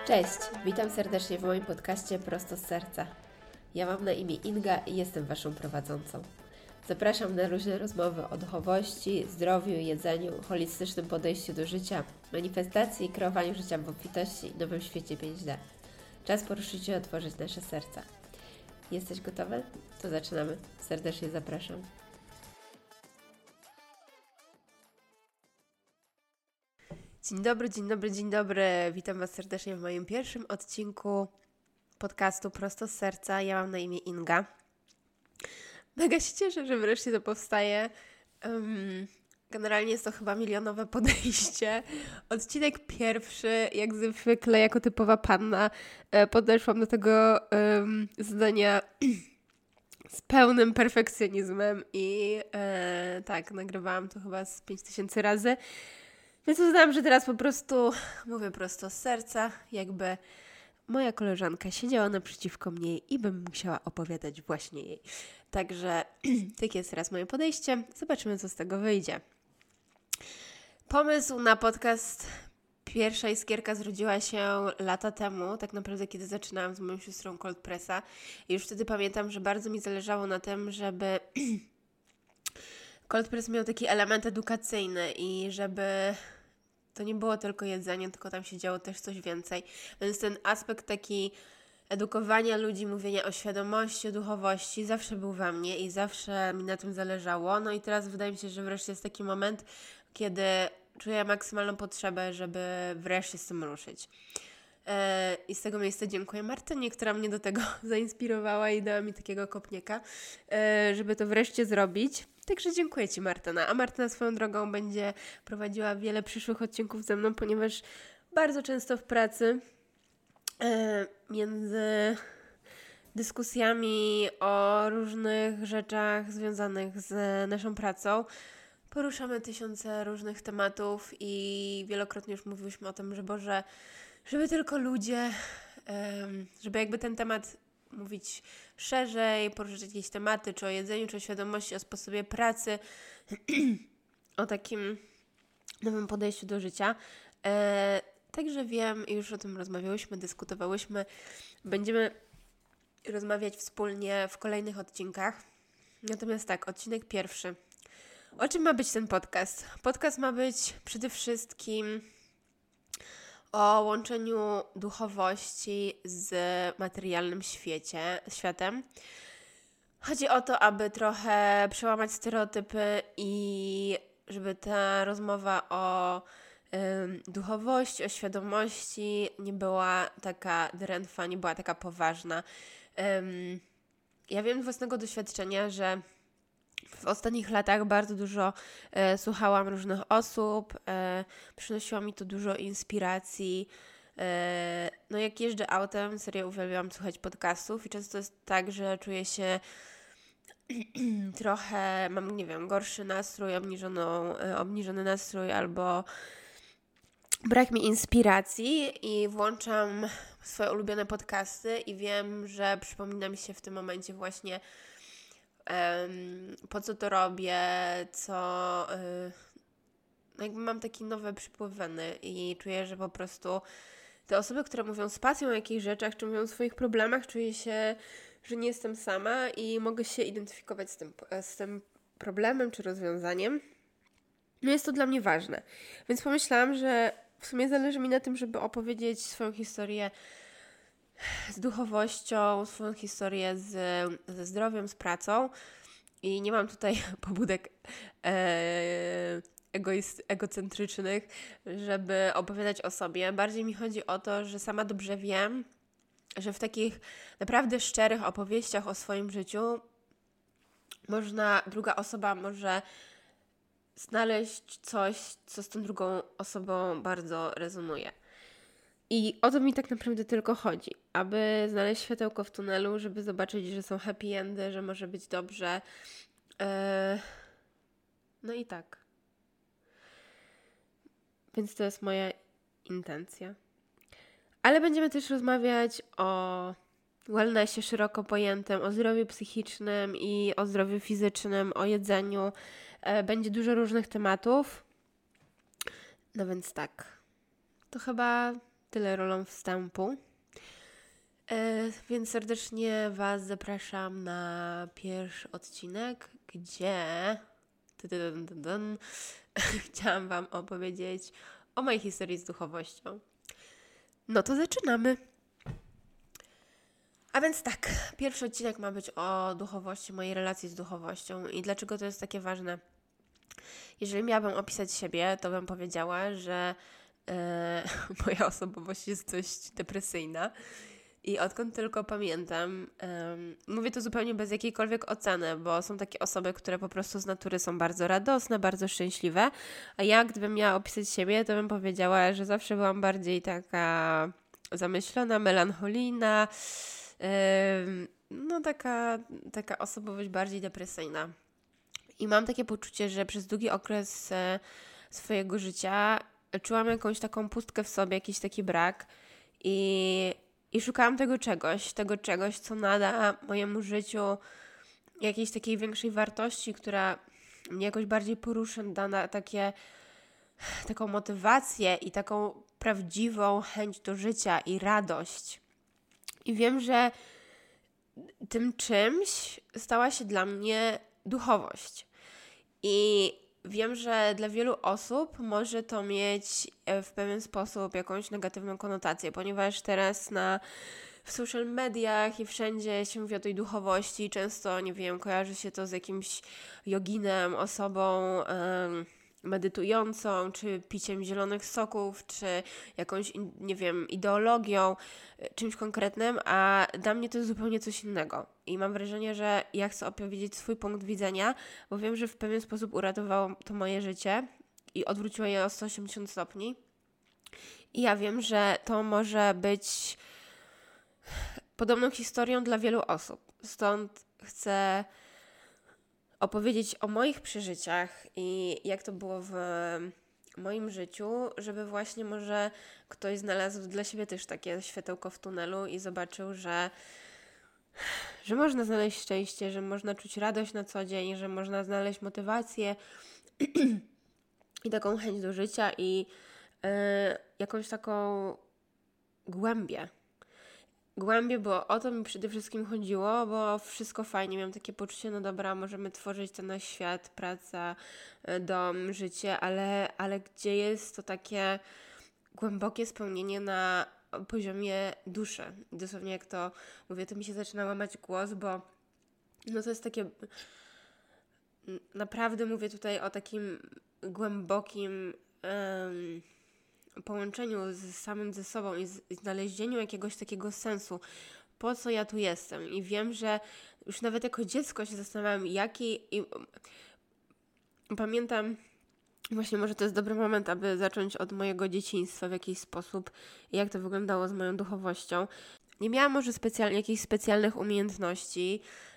Cześć, witam serdecznie w moim podcaście Prosto z Serca. Ja mam na imię Inga i jestem Waszą prowadzącą. Zapraszam na różne rozmowy o duchowości, zdrowiu, jedzeniu, holistycznym podejściu do życia, manifestacji i kreowaniu życia w obfitości i nowym świecie 5D. Czas poruszyć i otworzyć nasze serca. Jesteś gotowy? To zaczynamy. Serdecznie zapraszam. Dzień dobry. Witam Was serdecznie w moim pierwszym odcinku podcastu Prosto z Serca. Ja mam na imię Inga. Mega się cieszę, że wreszcie to powstaje. Generalnie jest to chyba milionowe podejście. Odcinek pierwszy, jak zwykle, jako typowa panna, podeszłam do tego zadania z pełnym perfekcjonizmem i tak, nagrywałam to chyba z 5000 razy. Więc uznałam, że teraz po prostu mówię prosto z serca, jakby moja koleżanka siedziała naprzeciwko mnie i bym musiała opowiadać właśnie jej. Także takie jest teraz moje podejście. Zobaczymy, co z tego wyjdzie. Pomysł na podcast Pierwsza Iskierka zrodziła się lata temu, tak naprawdę kiedy zaczynałam z moją siostrą Cold Pressa. I już wtedy pamiętam, że bardzo mi zależało na tym, żeby Cold Press miał taki element edukacyjny i żeby to nie było tylko jedzenie, tylko tam się działo też coś więcej. Więc ten aspekt taki edukowania ludzi, mówienia o świadomości, o duchowości zawsze był we mnie i zawsze mi na tym zależało. No i teraz wydaje mi się, że wreszcie jest taki moment, kiedy czuję maksymalną potrzebę, żeby wreszcie z tym ruszyć. I z tego miejsca dziękuję Martynie, która mnie do tego zainspirowała i dała mi takiego kopniaka, żeby to wreszcie zrobić. Także dziękuję Ci, Martyna. A Martyna swoją drogą będzie prowadziła wiele przyszłych odcinków ze mną, ponieważ bardzo często w pracy między dyskusjami o różnych rzeczach związanych z naszą pracą poruszamy tysiące różnych tematów i wielokrotnie już mówiłyśmy o tym, że Boże, żeby tylko ludzie, żeby jakby ten temat mówić szerzej, poruszyć jakieś tematy, czy o jedzeniu, czy o świadomości, o sposobie pracy, o takim nowym podejściu do życia. Także wiem, już o tym rozmawiałyśmy, dyskutowałyśmy. Będziemy rozmawiać wspólnie w kolejnych odcinkach. Natomiast tak, odcinek pierwszy. O czym ma być ten podcast? Podcast ma być przede wszystkim o łączeniu duchowości z materialnym światem. Chodzi o to, aby trochę przełamać stereotypy i żeby ta rozmowa o duchowości, o świadomości nie była taka drętwa, nie była taka poważna. Ja wiem z własnego doświadczenia, że w ostatnich latach bardzo dużo słuchałam różnych osób, przynosiło mi to dużo inspiracji. No jak jeżdżę autem, serio uwielbiam słuchać podcastów i często jest tak, że czuję się trochę, mam, nie wiem, gorszy nastrój, obniżony nastrój albo brak mi inspiracji i włączam swoje ulubione podcasty i wiem, że przypomina mi się w tym momencie właśnie po co to robię, jakby mam taki nowy przypływ weny i czuję, że po prostu te osoby, które mówią z pasją o jakichś rzeczach, czy mówią o swoich problemach, czuję się, że nie jestem sama i mogę się identyfikować z tym problemem czy rozwiązaniem. No jest to dla mnie ważne. Więc pomyślałam, że w sumie zależy mi na tym, żeby opowiedzieć swoją historię z duchowością, swoją historię ze zdrowiem, z pracą i nie mam tutaj pobudek egocentrycznych, żeby opowiadać o sobie. Bardziej mi chodzi o to, że sama dobrze wiem, że w takich naprawdę szczerych opowieściach o swoim życiu druga osoba może znaleźć coś, co z tą drugą osobą bardzo rezonuje. I o to mi tak naprawdę tylko chodzi, aby znaleźć światełko w tunelu, żeby zobaczyć, że są happy endy, że może być dobrze. No i tak. Więc to jest moja intencja. Ale będziemy też rozmawiać o wellnessie szeroko pojętym, o zdrowiu psychicznym i o zdrowiu fizycznym, o jedzeniu. Będzie dużo różnych tematów. No więc tak. To chyba tyle rolą wstępu. Więc serdecznie Was zapraszam na pierwszy odcinek, gdzie chciałam Wam opowiedzieć o mojej historii z duchowością. No to zaczynamy. A więc tak, pierwszy odcinek ma być o duchowości, mojej relacji z duchowością i dlaczego to jest takie ważne. Jeżeli miałabym opisać siebie, to bym powiedziała, że moja osobowość jest dość depresyjna. I odkąd tylko pamiętam, mówię to zupełnie bez jakiejkolwiek oceny, bo są takie osoby, które po prostu z natury są bardzo radosne, bardzo szczęśliwe, a ja gdybym miała opisać siebie, to bym powiedziała, że zawsze byłam bardziej taka zamyślona, melancholijna, no taka osobowość bardziej depresyjna. I mam takie poczucie, że przez długi okres swojego życia czułam jakąś taką pustkę w sobie, jakiś taki brak i szukałam tego czegoś, co nada mojemu życiu jakiejś takiej większej wartości, która mnie jakoś bardziej poruszy, da taką motywację i taką prawdziwą chęć do życia i radość. I wiem, że tym czymś stała się dla mnie duchowość. I wiem, że dla wielu osób może to mieć w pewien sposób jakąś negatywną konotację, ponieważ teraz w social mediach i wszędzie się mówi o tej duchowości. Często, nie wiem, kojarzy się to z jakimś joginem, osobą medytującą, czy piciem zielonych soków, czy jakąś, nie wiem, ideologią, czymś konkretnym, a dla mnie to jest zupełnie coś innego. I mam wrażenie, że ja chcę opowiedzieć swój punkt widzenia, bo wiem, że w pewien sposób uratowało to moje życie i odwróciło je o 180 stopni. I ja wiem, że to może być podobną historią dla wielu osób. Stąd chcę opowiedzieć o moich przeżyciach i jak to było w moim życiu, żeby właśnie może ktoś znalazł dla siebie też takie światełko w tunelu i zobaczył, że można znaleźć szczęście, że można czuć radość na co dzień, że można znaleźć motywację i taką chęć do życia i jakąś taką głębię, bo o to mi przede wszystkim chodziło, bo wszystko fajnie, miałam takie poczucie, no dobra, możemy tworzyć ten nasz świat, praca, dom, życie, ale gdzie jest to takie głębokie spełnienie na poziomie duszy. Dosłownie jak to mówię, to mi się zaczyna łamać głos, bo no to jest takie, naprawdę mówię tutaj o takim głębokim połączeniu z samym ze sobą i znalezieniu jakiegoś takiego sensu, po co ja tu jestem. I wiem, że już nawet jako dziecko się zastanawiałam, i pamiętam, właśnie może to jest dobry moment, aby zacząć od mojego dzieciństwa w jakiś sposób, jak to wyglądało z moją duchowością. Nie miałam może jakichś specjalnych umiejętności,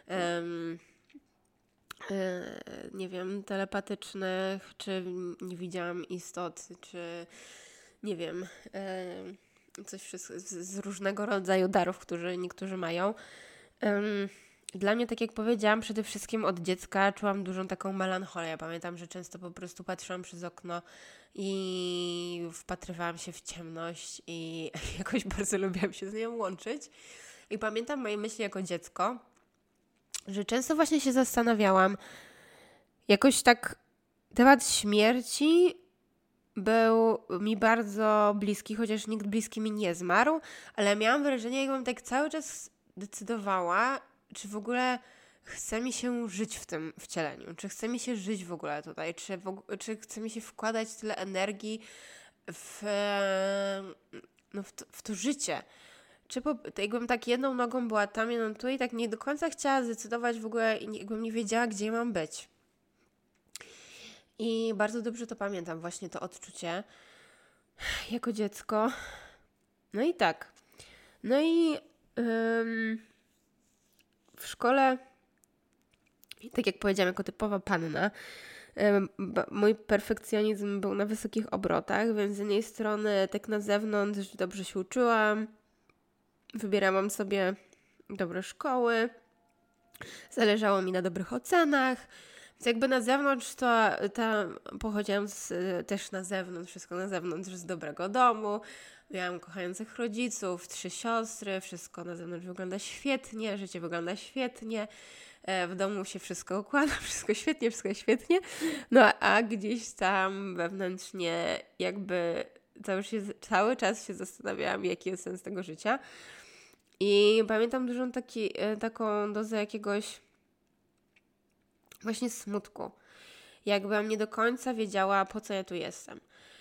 nie wiem, telepatycznych, czy nie widziałam istot, czy nie wiem, coś z różnego rodzaju darów, które niektórzy mają. Dla mnie, tak jak powiedziałam, przede wszystkim od dziecka czułam dużą taką melancholię. Pamiętam, że często po prostu patrzyłam przez okno i wpatrywałam się w ciemność i jakoś bardzo lubiłam się z nią łączyć. I pamiętam moje myśli jako dziecko, że często właśnie się zastanawiałam, jakoś tak temat śmierci był mi bardzo bliski, chociaż nikt bliski mi nie zmarł, ale miałam wrażenie, jakbym tak cały czas decydowała, czy w ogóle chce mi się żyć w tym wcieleniu, czy chce mi się żyć w ogóle tutaj, czy chce mi się wkładać tyle energii w to życie. Czy jakbym tak jedną nogą była tam, jedną tu i tak nie do końca chciała zdecydować w ogóle i jakbym nie wiedziała, gdzie mam być. I bardzo dobrze to pamiętam, właśnie to odczucie jako dziecko. No i tak. No i w szkole, tak jak powiedziałam, jako typowa panna, mój perfekcjonizm był na wysokich obrotach, więc z jednej strony tak na zewnątrz dobrze się uczyłam, wybierałam sobie dobre szkoły, zależało mi na dobrych ocenach, więc jakby na zewnątrz to pochodziłam też na zewnątrz, wszystko na zewnątrz z dobrego domu, miałam kochających rodziców, 3 siostry, wszystko na zewnątrz wygląda świetnie, życie wygląda świetnie, w domu się wszystko układa, wszystko świetnie, wszystko jest świetnie, no a gdzieś tam wewnętrznie jakby cały czas się zastanawiałam, jaki jest sens tego życia. I pamiętam taką dozę jakiegoś właśnie smutku. Jakbym nie do końca wiedziała, po co ja tu jestem.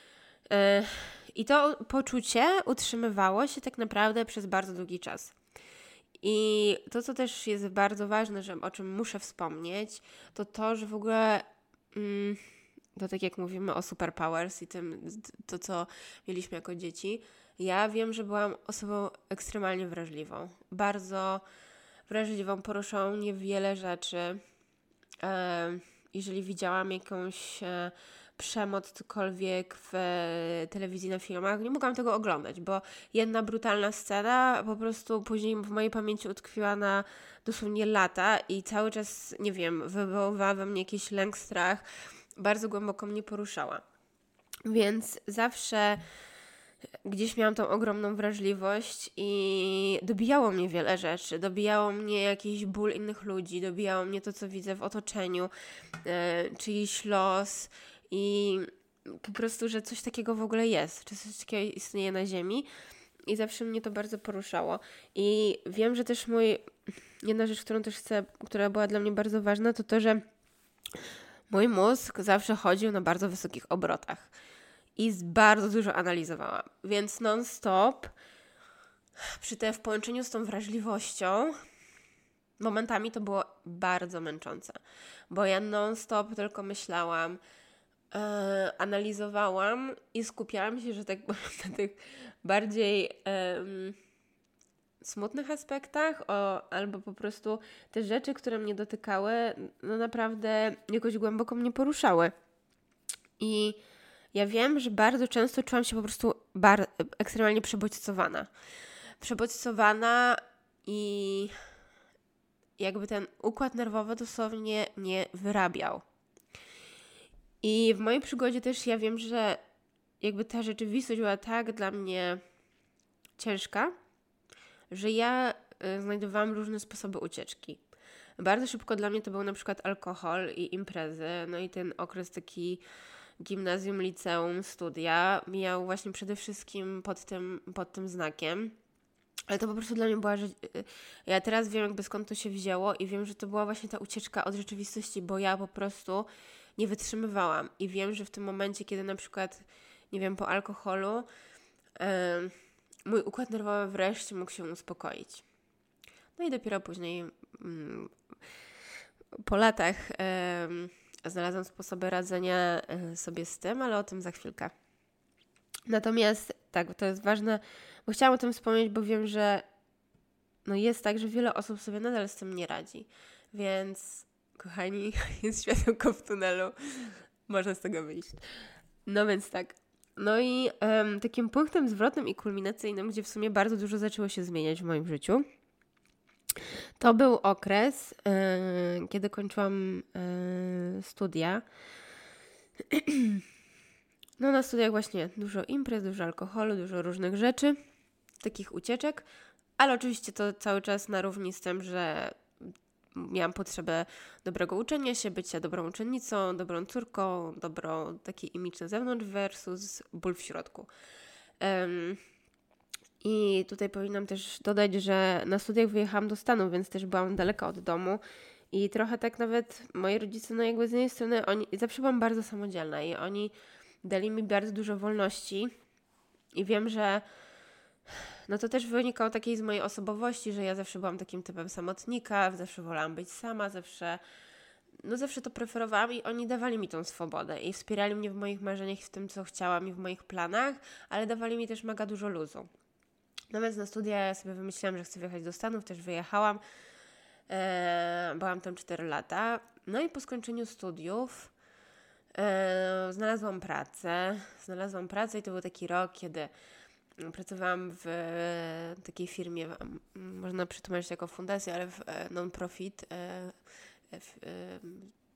I to poczucie utrzymywało się tak naprawdę przez bardzo długi czas. I to, co też jest bardzo ważne, o czym muszę wspomnieć, to to, że w ogóle to tak jak mówimy o superpowers i to, co mieliśmy jako dzieci, ja wiem, że byłam osobą ekstremalnie wrażliwą. Bardzo wrażliwą, poruszało mnie wiele rzeczy. Jeżeli widziałam jakąś przemoc, cokolwiek w telewizji, na filmach, nie mogłam tego oglądać, bo jedna brutalna scena po prostu później w mojej pamięci utkwiła na dosłownie lata i cały czas, nie wiem, wywoływała we mnie jakiś lęk, strach, bardzo głęboko mnie poruszała. Więc zawsze gdzieś miałam tą ogromną wrażliwość i dobijało mnie wiele rzeczy. Dobijało mnie jakiś ból innych ludzi, dobijało mnie to, co widzę w otoczeniu, czyjś los i po prostu, że coś takiego w ogóle jest, czy coś takiego istnieje na ziemi i zawsze mnie to bardzo poruszało. I wiem, że też jedna rzecz, którą też która była dla mnie bardzo ważna, to to, że mój mózg zawsze chodził na bardzo wysokich obrotach. I bardzo dużo analizowałam, więc non-stop w połączeniu z tą wrażliwością momentami to było bardzo męczące, bo ja non-stop tylko myślałam, analizowałam i skupiałam się, że tak powiem, na tych bardziej smutnych aspektach albo po prostu te rzeczy, które mnie dotykały, no naprawdę jakoś głęboko mnie poruszały. I ja wiem, że bardzo często czułam się po prostu ekstremalnie przebodźcowana. Przebodźcowana i jakby ten układ nerwowy dosłownie mnie wyrabiał. I w mojej przygodzie też ja wiem, że jakby ta rzeczywistość była tak dla mnie ciężka, że ja znajdowałam różne sposoby ucieczki. Bardzo szybko dla mnie to był na przykład alkohol i imprezy, no i ten okres taki gimnazjum, liceum, studia mijał właśnie przede wszystkim pod tym znakiem. Ale to po prostu dla mnie była, że ja teraz wiem jakby skąd to się wzięło i wiem, że to była właśnie ta ucieczka od rzeczywistości, bo ja po prostu nie wytrzymywałam i wiem, że w tym momencie, kiedy na przykład, nie wiem, po alkoholu mój układ nerwowy wreszcie mógł się uspokoić. No i dopiero później po latach znalazłam sposoby radzenia sobie z tym, ale o tym za chwilkę. Natomiast tak, to jest ważne, bo chciałam o tym wspomnieć, bo wiem, że no jest tak, że wiele osób sobie nadal z tym nie radzi. Więc kochani, jest światełko w tunelu. Można z tego wyjść. No więc tak. No i takim punktem zwrotnym i kulminacyjnym, gdzie w sumie bardzo dużo zaczęło się zmieniać w moim życiu, to był okres, kiedy kończyłam studia. No na studiach właśnie dużo imprez, dużo alkoholu, dużo różnych rzeczy, takich ucieczek, ale oczywiście to cały czas na równi z tym, że miałam potrzebę dobrego uczenia się, bycia dobrą uczennicą, dobrą córką, taki imidż na zewnątrz versus ból w środku. I tutaj powinnam też dodać, że na studiach wyjechałam do Stanów, więc też byłam daleko od domu i trochę tak nawet moi rodzice, no jakby z jednej strony zawsze byłam bardzo samodzielna i oni dali mi bardzo dużo wolności i wiem, że no to też wynikało takiej z mojej osobowości, że ja zawsze byłam takim typem samotnika, zawsze wolałam być sama, zawsze to preferowałam i oni dawali mi tą swobodę i wspierali mnie w moich marzeniach, w tym, co chciałam i w moich planach, ale dawali mi też mega dużo luzu. Natomiast na studia ja sobie wymyślałam, że chcę wyjechać do Stanów, też wyjechałam. Byłam tam 4 lata. No i po skończeniu studiów znalazłam pracę i to był taki rok, kiedy pracowałam w takiej firmie, można przetłumaczyć jako fundację, ale w non-profit.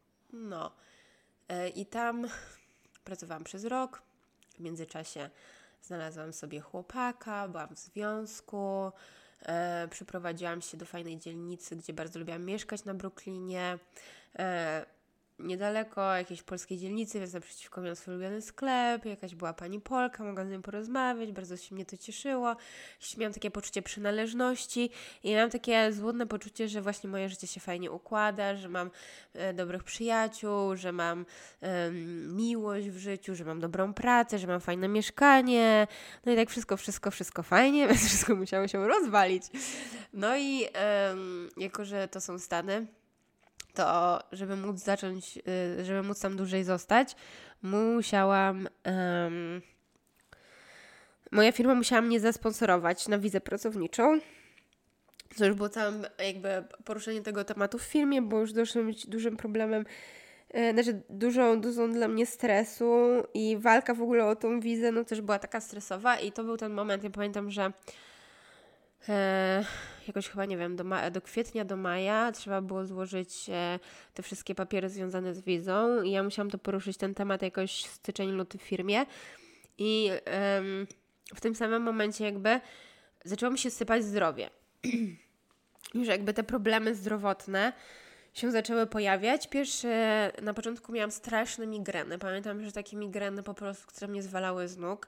I tam pracowałam przez rok. W międzyczasie znalazłam sobie chłopaka, byłam w związku, przyprowadziłam się do fajnej dzielnicy, gdzie bardzo lubiłam mieszkać na Brooklynie, niedaleko jakiejś polskiej dzielnicy, więc naprzeciwko miałam swój ulubiony sklep, jakaś była pani Polka, mogłam z nią porozmawiać, bardzo się mnie to cieszyło. Miałam takie poczucie przynależności i miałam takie złudne poczucie, że właśnie moje życie się fajnie układa, że mam dobrych przyjaciół, że mam miłość w życiu, że mam dobrą pracę, że mam fajne mieszkanie. No i tak wszystko fajnie, więc wszystko musiało się rozwalić. No i jako, że to są Stany, to żeby móc tam dłużej zostać, moja firma musiała mnie zasponsorować na wizę pracowniczą. To już było całym jakby poruszenie tego tematu w firmie, bo już dużym problemem, dużą dozą dla mnie stresu i walka w ogóle o tą wizę, no też była taka stresowa i to był ten moment, ja pamiętam, że jakoś chyba, nie wiem, do kwietnia, do maja trzeba było złożyć te wszystkie papiery związane z wizą i ja musiałam to poruszyć, ten temat jakoś styczeń, luty w firmie i w tym samym momencie jakby zaczęło mi się sypać zdrowie. Już jakby te problemy zdrowotne się zaczęły pojawiać. Na początku miałam straszne migreny. Pamiętam, że takie migreny po prostu, które mnie zwalały z nóg.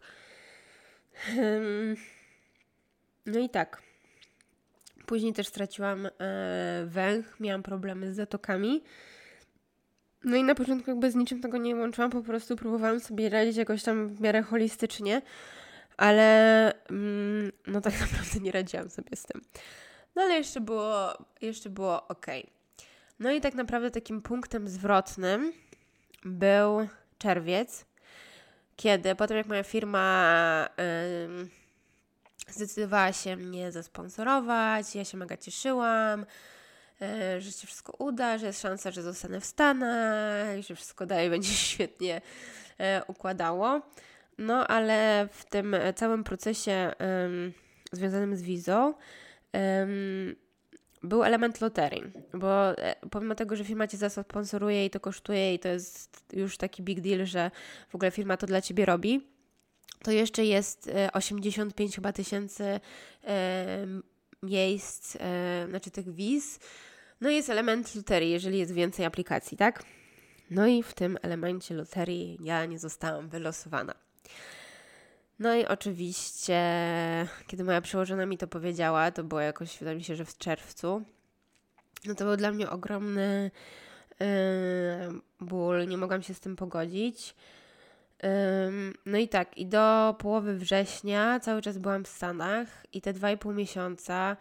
No i tak. Później też straciłam węch, miałam problemy z zatokami. No i na początku jakby z niczym tego nie łączyłam, po prostu próbowałam sobie radzić jakoś tam w miarę holistycznie, ale no tak naprawdę nie radziłam sobie z tym. No ale jeszcze było okej. No i tak naprawdę takim punktem zwrotnym był czerwiec, kiedy potem jak moja firma zdecydowała się mnie zasponsorować, ja się mega cieszyłam, że się wszystko uda, że jest szansa, że zostanę w Stanach i że wszystko dalej będzie się świetnie układało. No ale w tym całym procesie związanym z wizą był element loterii, bo pomimo tego, że firma Cię zasponsoruje i to kosztuje i to jest już taki big deal, że w ogóle firma to dla Ciebie robi, to jeszcze jest 85 chyba tysięcy miejsc, znaczy tych wiz. No i jest element loterii, jeżeli jest więcej aplikacji, tak? No i w tym elemencie loterii ja nie zostałam wylosowana. No i oczywiście, kiedy moja przełożona mi to powiedziała, to było jakoś, wydaje mi się, że w czerwcu, no to był dla mnie ogromny ból, nie mogłam się z tym pogodzić. No i tak, i do połowy września cały czas byłam w Stanach i te 2,5 miesiąca,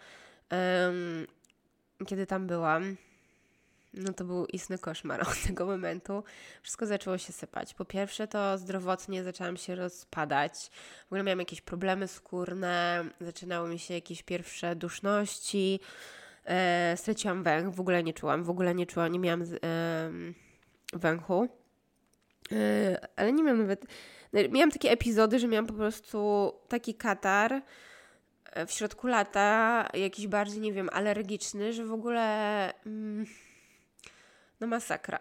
kiedy tam byłam, no to był istny koszmar od tego momentu. Wszystko zaczęło się sypać. Po pierwsze to zdrowotnie zaczęłam się rozpadać. W ogóle miałam jakieś problemy skórne, zaczynały mi się jakieś pierwsze duszności, straciłam węch, w ogóle nie czułam, nie miałam węchu. Ale nie miałam nawet... Miałam takie epizody, że miałam po prostu taki katar w środku lata, jakiś bardziej, nie wiem, alergiczny, że w ogóle... No masakra.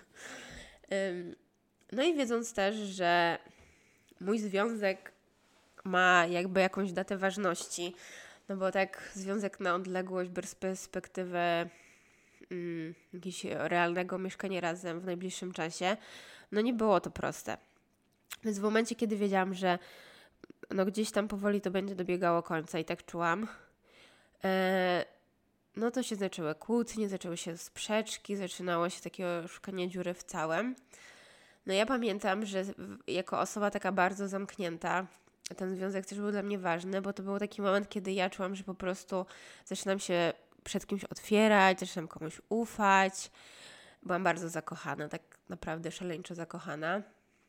No i wiedząc też, że mój związek ma jakby jakąś datę ważności, no bo tak związek na odległość bez perspektywy jakiegoś realnego mieszkania razem w najbliższym czasie, no nie było to proste. Więc w momencie, kiedy wiedziałam, że no gdzieś tam powoli to będzie dobiegało końca i tak czułam, no to się zaczęły kłótnie, zaczęły się sprzeczki, zaczynało się takie szukanie dziury w całym. No ja pamiętam, że jako osoba taka bardzo zamknięta, ten związek też był dla mnie ważny, bo to był taki moment, kiedy ja czułam, że po prostu zaczynam się przed kimś otwierać, zaczynam komuś ufać. Byłam bardzo zakochana, tak naprawdę szaleńczo zakochana.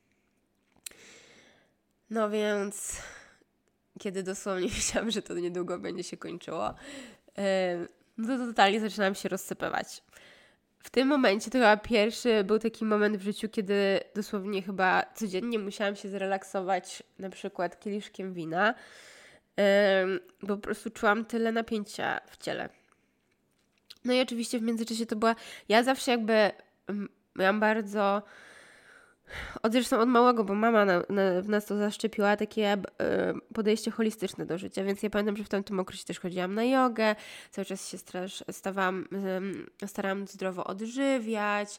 No więc, kiedy dosłownie wiedziałam, że to niedługo będzie się kończyło, no to totalnie zaczynałam się rozsypywać. W tym momencie to chyba pierwszy był taki moment w życiu, kiedy dosłownie chyba codziennie musiałam się zrelaksować na przykład kieliszkiem wina, bo po prostu czułam tyle napięcia w ciele. No i oczywiście w międzyczasie to była... Ja zawsze jakby miałam bardzo zresztą od małego, bo mama w nas to zaszczepiła, takie podejście holistyczne do życia, więc ja pamiętam, że w tamtym okresie też chodziłam na jogę, cały czas się starałam zdrowo odżywiać,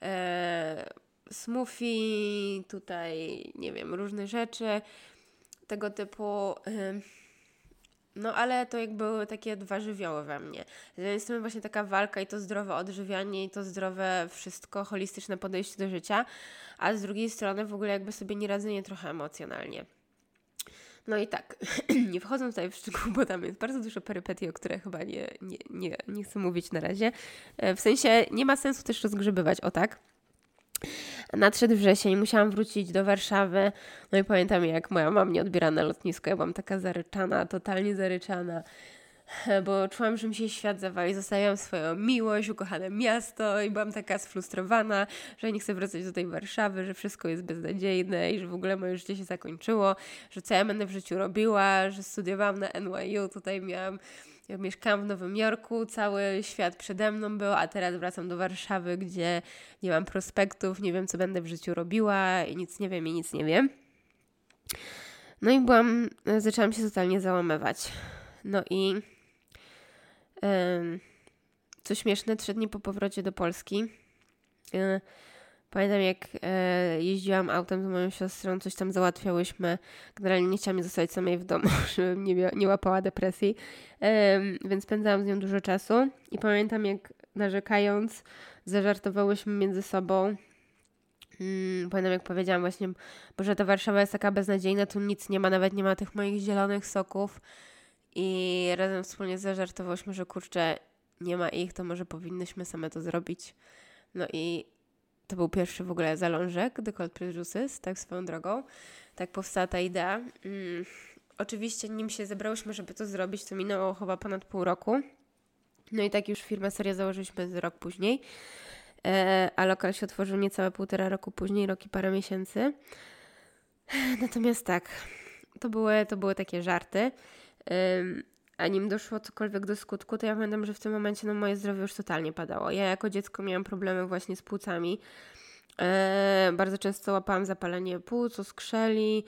smoothie, tutaj, nie wiem, różne rzeczy tego typu. No ale to jakby były takie dwa żywioły we mnie. Z jednej strony właśnie taka walka i to zdrowe odżywianie i to zdrowe wszystko, holistyczne podejście do życia, a z drugiej strony w ogóle jakby sobie nie radzenie trochę emocjonalnie. No i tak, nie wchodząc tutaj w szczegóły, bo tam jest bardzo dużo perypetii, o których chyba nie chcę mówić na razie. W sensie nie ma sensu też rozgrzebywać, o tak. Nadszedł wrzesień, musiałam wrócić do Warszawy, no i pamiętam, jak moja mama mnie odbiera na lotnisko, ja byłam taka zaryczana, totalnie zaryczana, bo czułam, że mi się świat zawali, zostawiałam swoją miłość, ukochane miasto i byłam taka sfrustrowana, że nie chcę wracać do tej Warszawy, że wszystko jest beznadziejne i że w ogóle moje życie się zakończyło, że co ja będę w życiu robiła, że studiowałam na NYU, tutaj ja mieszkałam w Nowym Jorku, cały świat przede mną był, a teraz wracam do Warszawy, gdzie nie mam prospektów, nie wiem, co będę w życiu robiła i nic nie wiem. No i zaczęłam się totalnie załamywać. No i co śmieszne, 3 dni po powrocie do Polski pamiętam, jak jeździłam autem z moją siostrą, coś tam załatwiałyśmy. Generalnie nie chciałam jej zostawić samej w domu, żebym nie łapała depresji, więc spędzałam z nią dużo czasu i pamiętam, jak narzekając zażartowałyśmy między sobą. Pamiętam, jak powiedziałam właśnie, że ta Warszawa jest taka beznadziejna, tu nic nie ma, nawet nie ma tych moich zielonych soków i razem wspólnie zażartowałyśmy, że kurczę, nie ma ich, to może powinnyśmy same to zrobić. No i to był pierwszy w ogóle zalążek The Cold Press Juices, tak swoją drogą. Tak powstała ta idea. Oczywiście nim się zebrałyśmy, żeby to zrobić, to minęło chyba ponad pół roku. No i tak już firmę serię założyliśmy z rok później. A lokal się otworzył niecałe 1,5 roku później, rok i parę miesięcy. Natomiast tak, to były takie żarty. A nim doszło cokolwiek do skutku, to ja pamiętam, że w tym momencie moje zdrowie już totalnie padało. Ja jako dziecko miałam problemy właśnie z płucami. Bardzo często łapałam zapalenie płuc, oskrzeli.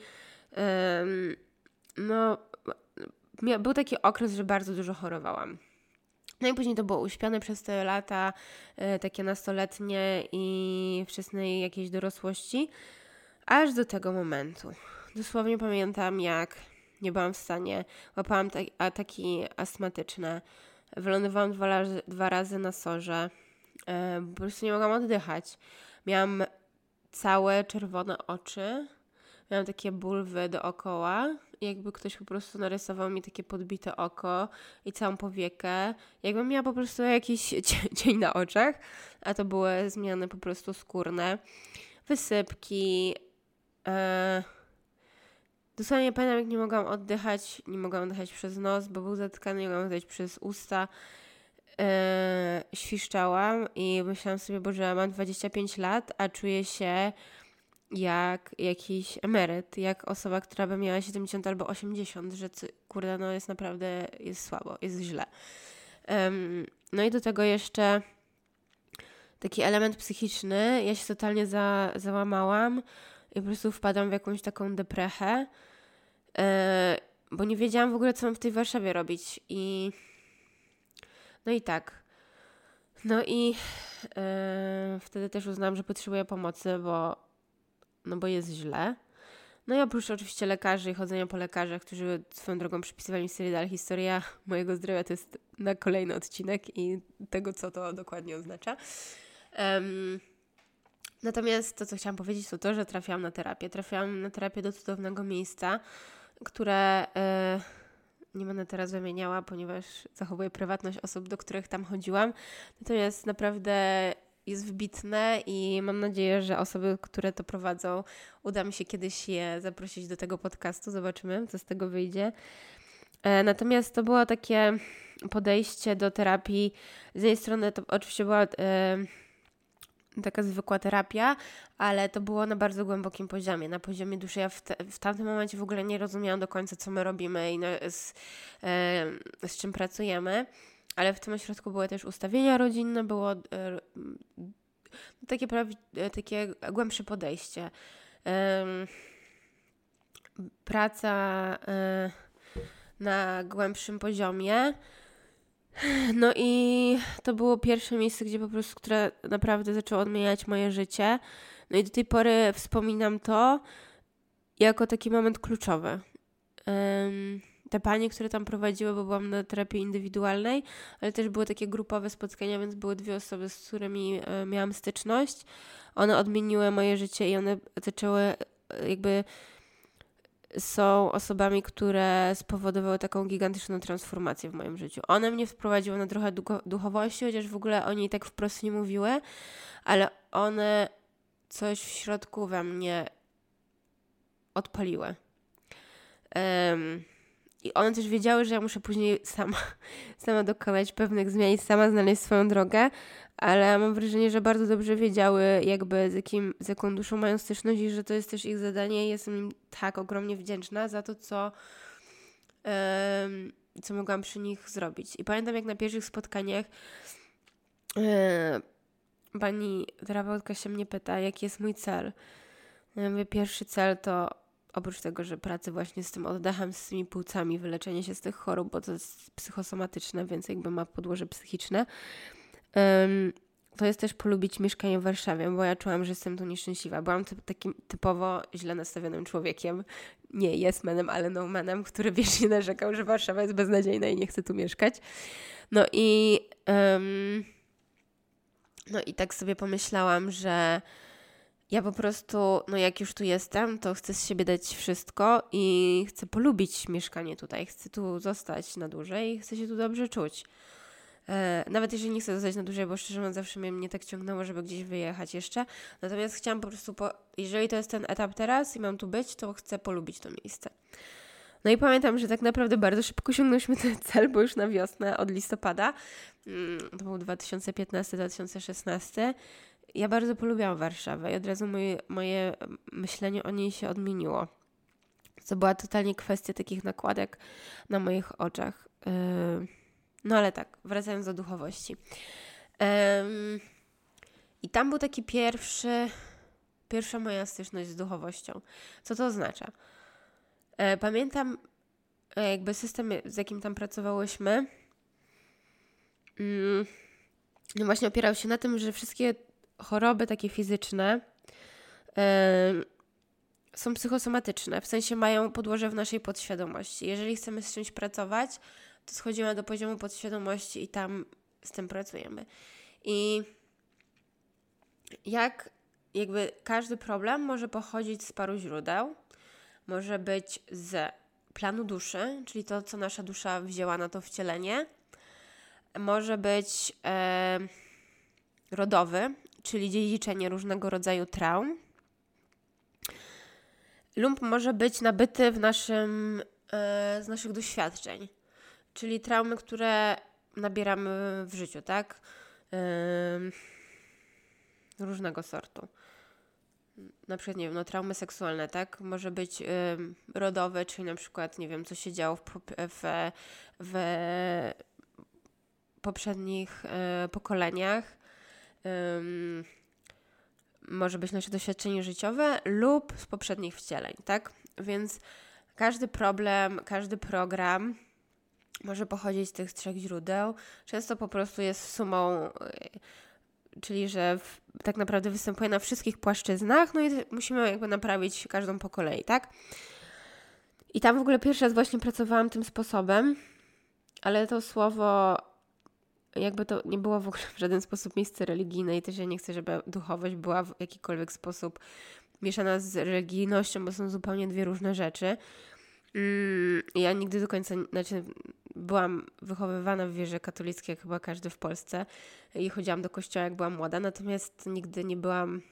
Był taki okres, że bardzo dużo chorowałam. No i później to było uśpione przez te lata takie nastoletnie i wczesnej jakiejś dorosłości, aż do tego momentu. Dosłownie pamiętam, jak nie byłam w stanie, łapałam ataki astmatyczne, wylądowałam 2 razy na sorze, po prostu nie mogłam oddychać. Miałam całe czerwone oczy, miałam takie bulwy dookoła, jakby ktoś po prostu narysował mi takie podbite oko i całą powiekę, jakbym miała po prostu jakiś cień na oczach, a to były zmiany po prostu skórne, wysypki, dosłownie pamiętam, jak nie mogłam oddychać przez nos, bo był zatkany, nie mogłam oddychać przez usta. Świszczałam i myślałam sobie, Boże, mam 25 lat, a czuję się jak jakiś emeryt, jak osoba, która by miała 70 albo 80, że kurde, no jest naprawdę, jest słabo, jest źle. No i do tego jeszcze taki element psychiczny, ja się totalnie załamałam i po prostu wpadłam w jakąś taką deprechę, bo nie wiedziałam w ogóle, co mam w tej Warszawie robić no i tak. No i wtedy też uznałam, że potrzebuję pomocy, bo jest źle. No i oprócz oczywiście lekarzy i chodzenia po lekarzach, którzy swoją drogą przypisywali mi serial historia mojego zdrowia, to jest na kolejny odcinek i tego, co to dokładnie oznacza. Natomiast to, co chciałam powiedzieć, to to, że trafiłam na terapię. Trafiłam na terapię do cudownego miejsca, które nie będę teraz wymieniała, ponieważ zachowuję prywatność osób, do których tam chodziłam. Natomiast naprawdę jest wybitne i mam nadzieję, że osoby, które to prowadzą, uda mi się kiedyś je zaprosić do tego podcastu. Zobaczymy, co z tego wyjdzie. Natomiast to było takie podejście do terapii. Z jednej strony to oczywiście była taka zwykła terapia, ale to było na bardzo głębokim poziomie, na poziomie duszy. Ja w tamtym momencie w ogóle nie rozumiałam do końca, co my robimy i z czym pracujemy, ale w tym ośrodku były też ustawienia rodzinne, było takie głębsze podejście. Praca na głębszym poziomie. No i to było pierwsze miejsce, które naprawdę zaczęło odmieniać moje życie. No i do tej pory wspominam to jako taki moment kluczowy. Te panie, które tam prowadziły, bo byłam na terapii indywidualnej, ale też były takie grupowe spotkania, więc były 2 osoby, z którymi miałam styczność. One odmieniły moje życie i one zaczęły są osobami, które spowodowały taką gigantyczną transformację w moim życiu. One mnie wprowadziły na trochę duchowości, chociaż w ogóle o niej tak wprost nie mówiły, ale one coś w środku we mnie odpaliły. I one też wiedziały, że ja muszę później sama dokonać pewnych zmian i sama znaleźć swoją drogę, ale mam wrażenie, że bardzo dobrze wiedziały z jaką duszą mają styczność i że to jest też ich zadanie i jestem im tak ogromnie wdzięczna za to, co mogłam przy nich zrobić. I pamiętam, jak na pierwszych spotkaniach pani terapeutka się mnie pyta, jaki jest mój cel. Ja mówię, pierwszy cel to oprócz tego, że pracy właśnie z tym oddechem, z tymi płucami, wyleczenie się z tych chorób, bo to jest psychosomatyczne, więc ma podłoże psychiczne, to jest też polubić mieszkanie w Warszawie, bo ja czułam, że jestem tu nieszczęśliwa. Byłam takim typowo źle nastawionym człowiekiem, nie yes-manem, ale no-manem, który wiecznie narzekał, że Warszawa jest beznadziejna i nie chce tu mieszkać. No i tak sobie pomyślałam, że ja po prostu, jak już tu jestem, to chcę z siebie dać wszystko i chcę polubić mieszkanie tutaj. Chcę tu zostać na dłużej i chcę się tu dobrze czuć. Nawet jeżeli nie chcę zostać na dłużej, bo szczerze mówiąc zawsze mnie tak ciągnęło, żeby gdzieś wyjechać jeszcze. Natomiast chciałam po prostu, jeżeli to jest ten etap teraz i mam tu być, to chcę polubić to miejsce. No i pamiętam, że tak naprawdę bardzo szybko osiągnęliśmy ten cel, bo już na wiosnę od listopada, to był 2015-2016, ja bardzo polubiłam Warszawę i od razu moje myślenie o niej się odmieniło. To była totalnie kwestia takich nakładek na moich oczach. No ale tak, wracając do duchowości. I tam był taki pierwsza moja styczność z duchowością. Co to oznacza? Pamiętam system, z jakim tam pracowałyśmy, no właśnie opierał się na tym, że wszystkie choroby takie fizyczne są psychosomatyczne, w sensie mają podłoże w naszej podświadomości. Jeżeli chcemy z czymś pracować, to schodzimy do poziomu podświadomości i tam z tym pracujemy. I każdy problem może pochodzić z paru źródeł. Może być z planu duszy, czyli to, co nasza dusza wzięła na to wcielenie. Może być rodowy, czyli dziedziczenie różnego rodzaju traum. Lub może być nabyty z naszych doświadczeń, czyli traumy, które nabieramy w życiu, tak? Różnego sortu. Na przykład, nie wiem, traumy seksualne, tak? Może być rodowe, czyli na przykład, nie wiem, co się działo w poprzednich pokoleniach. Może być nasze doświadczenie życiowe lub z poprzednich wcieleń, tak? Więc każdy problem, każdy program może pochodzić z tych 3 źródeł. Często po prostu jest sumą, czyli że tak naprawdę występuje na wszystkich płaszczyznach, no i musimy naprawić każdą po kolei, tak? I tam w ogóle pierwszy raz właśnie pracowałam tym sposobem, ale to słowo to nie było w ogóle w żaden sposób miejsce religijne i też ja nie chcę, żeby duchowość była w jakikolwiek sposób mieszana z religijnością, bo są zupełnie 2 różne rzeczy. Ja nigdy do końca, byłam wychowywana w wierze katolickiej, jak chyba każdy w Polsce i chodziłam do kościoła, jak byłam młoda, natomiast nigdy nie byłam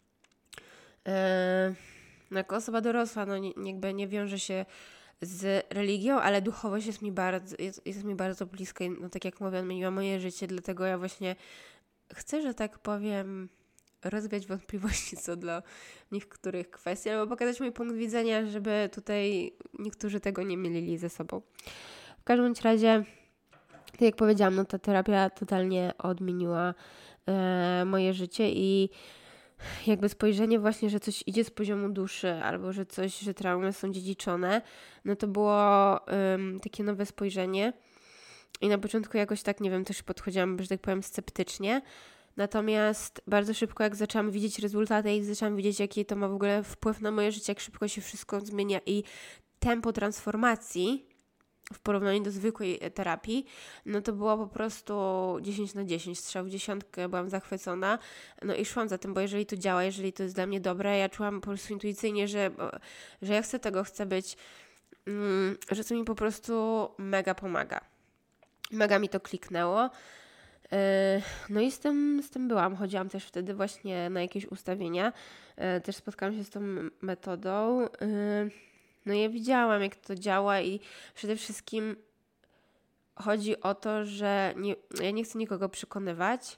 jako osoba dorosła, nie wiąże się z religią, ale duchowość jest mi bardzo bliska i tak jak mówię, odmieniła moje życie, dlatego ja właśnie chcę, że tak powiem, rozwiać wątpliwości co do niektórych kwestii, albo pokazać mój punkt widzenia, żeby tutaj niektórzy tego nie mylili ze sobą. W każdym razie, tak jak powiedziałam, ta terapia totalnie odmieniła moje życie i jakby spojrzenie właśnie, że coś idzie z poziomu duszy albo że traumy są dziedziczone, no to było takie nowe spojrzenie i na początku jakoś tak, nie wiem, też podchodziłam, że tak powiem, sceptycznie. Natomiast bardzo szybko, jak zaczęłam widzieć rezultaty i zaczęłam widzieć, jaki to ma w ogóle wpływ na moje życie, jak szybko się wszystko zmienia i tempo transformacji w porównaniu do zwykłej terapii, no to było po prostu 10/10, strzał w dziesiątkę, byłam zachwycona, no i szłam za tym, bo jeżeli to działa, jeżeli to jest dla mnie dobre, ja czułam po prostu intuicyjnie, że ja chcę tego, chcę być, że to mi po prostu mega pomaga. Mega mi to kliknęło. No i z tym byłam. Chodziłam też wtedy właśnie na jakieś ustawienia. Też spotkałam się z tą metodą. No i ja widziałam, jak to działa i przede wszystkim chodzi o to, że ja nie chcę nikogo przekonywać,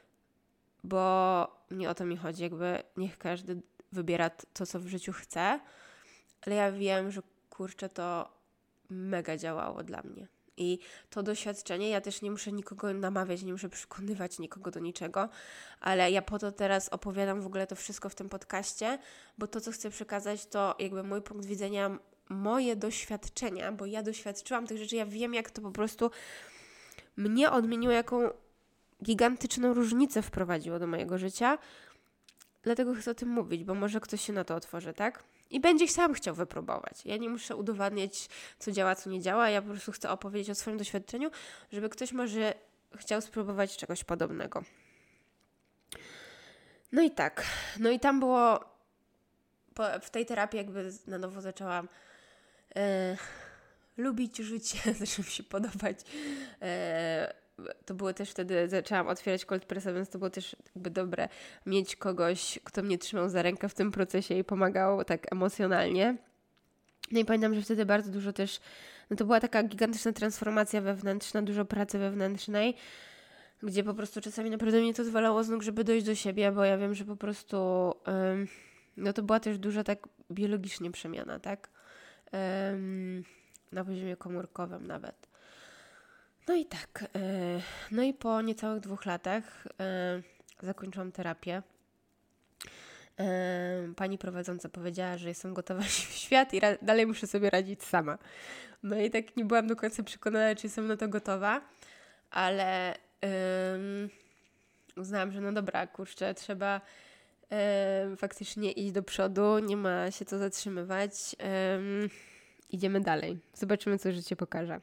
bo nie o to mi chodzi. Jakby niech każdy wybiera to, co w życiu chce, ale ja wiem, że kurczę, to mega działało dla mnie. I to doświadczenie, ja też nie muszę nikogo namawiać, nie muszę przekonywać nikogo do niczego, ale ja po to teraz opowiadam w ogóle to wszystko w tym podcaście, bo to, co chcę przekazać, to jakby mój punkt widzenia, moje doświadczenia, bo ja doświadczyłam tych rzeczy, ja wiem, jak to po prostu mnie odmieniło, jaką gigantyczną różnicę wprowadziło do mojego życia. Dlatego chcę o tym mówić, bo może ktoś się na to otworzy, tak? I będzie sam chciał wypróbować. Ja nie muszę udowadniać, co działa, co nie działa. Ja po prostu chcę opowiedzieć o swoim doświadczeniu, żeby ktoś może chciał spróbować czegoś podobnego. No i tak. No i tam było... w tej terapii jakby na nowo zaczęłam lubić życie, zaczęło mi się podobać. To było też wtedy, zaczęłam otwierać cold pressa, więc to było też jakby dobre mieć kogoś, kto mnie trzymał za rękę w tym procesie i pomagał tak emocjonalnie. No i pamiętam, że wtedy bardzo dużo też, no to była taka gigantyczna transformacja wewnętrzna, dużo pracy wewnętrznej, gdzie po prostu czasami naprawdę mnie to zwalało z nóg, żeby dojść do siebie, bo ja wiem, że po prostu no to była też duża tak biologicznie przemiana, tak? Na poziomie komórkowym nawet. No i tak, no i po niecałych 2 latach zakończyłam terapię. Pani prowadząca powiedziała, że jestem gotowa w świat i dalej muszę sobie radzić sama. No i tak nie byłam do końca przekonana, czy jestem na to gotowa, ale uznałam, że no dobra, kurczę, trzeba faktycznie iść do przodu, nie ma się co zatrzymywać. Idziemy dalej, zobaczymy, co życie pokaże.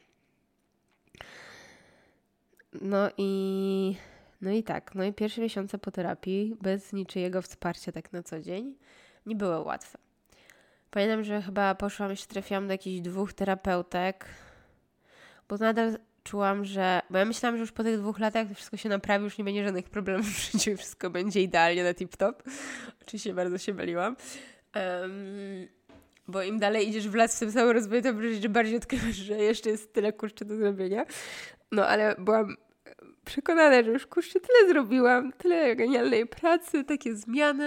No i tak, no i pierwsze miesiące po terapii, bez niczyjego wsparcia tak na co dzień, nie były łatwe. Pamiętam, że chyba jeszcze trafiłam do jakichś 2 terapeutek, bo nadal czułam, bo ja myślałam, że już po tych 2 latach to wszystko się naprawi, już nie będzie żadnych problemów w życiu i wszystko będzie idealnie na tip-top. Oczywiście bardzo się myliłam. Bo im dalej idziesz w las w tym samym rozwoju, to bardziej odkrywasz, że jeszcze jest tyle kurczę do zrobienia. No ale byłam przekonana, że już kurczę tyle zrobiłam, tyle genialnej pracy, takie zmiany,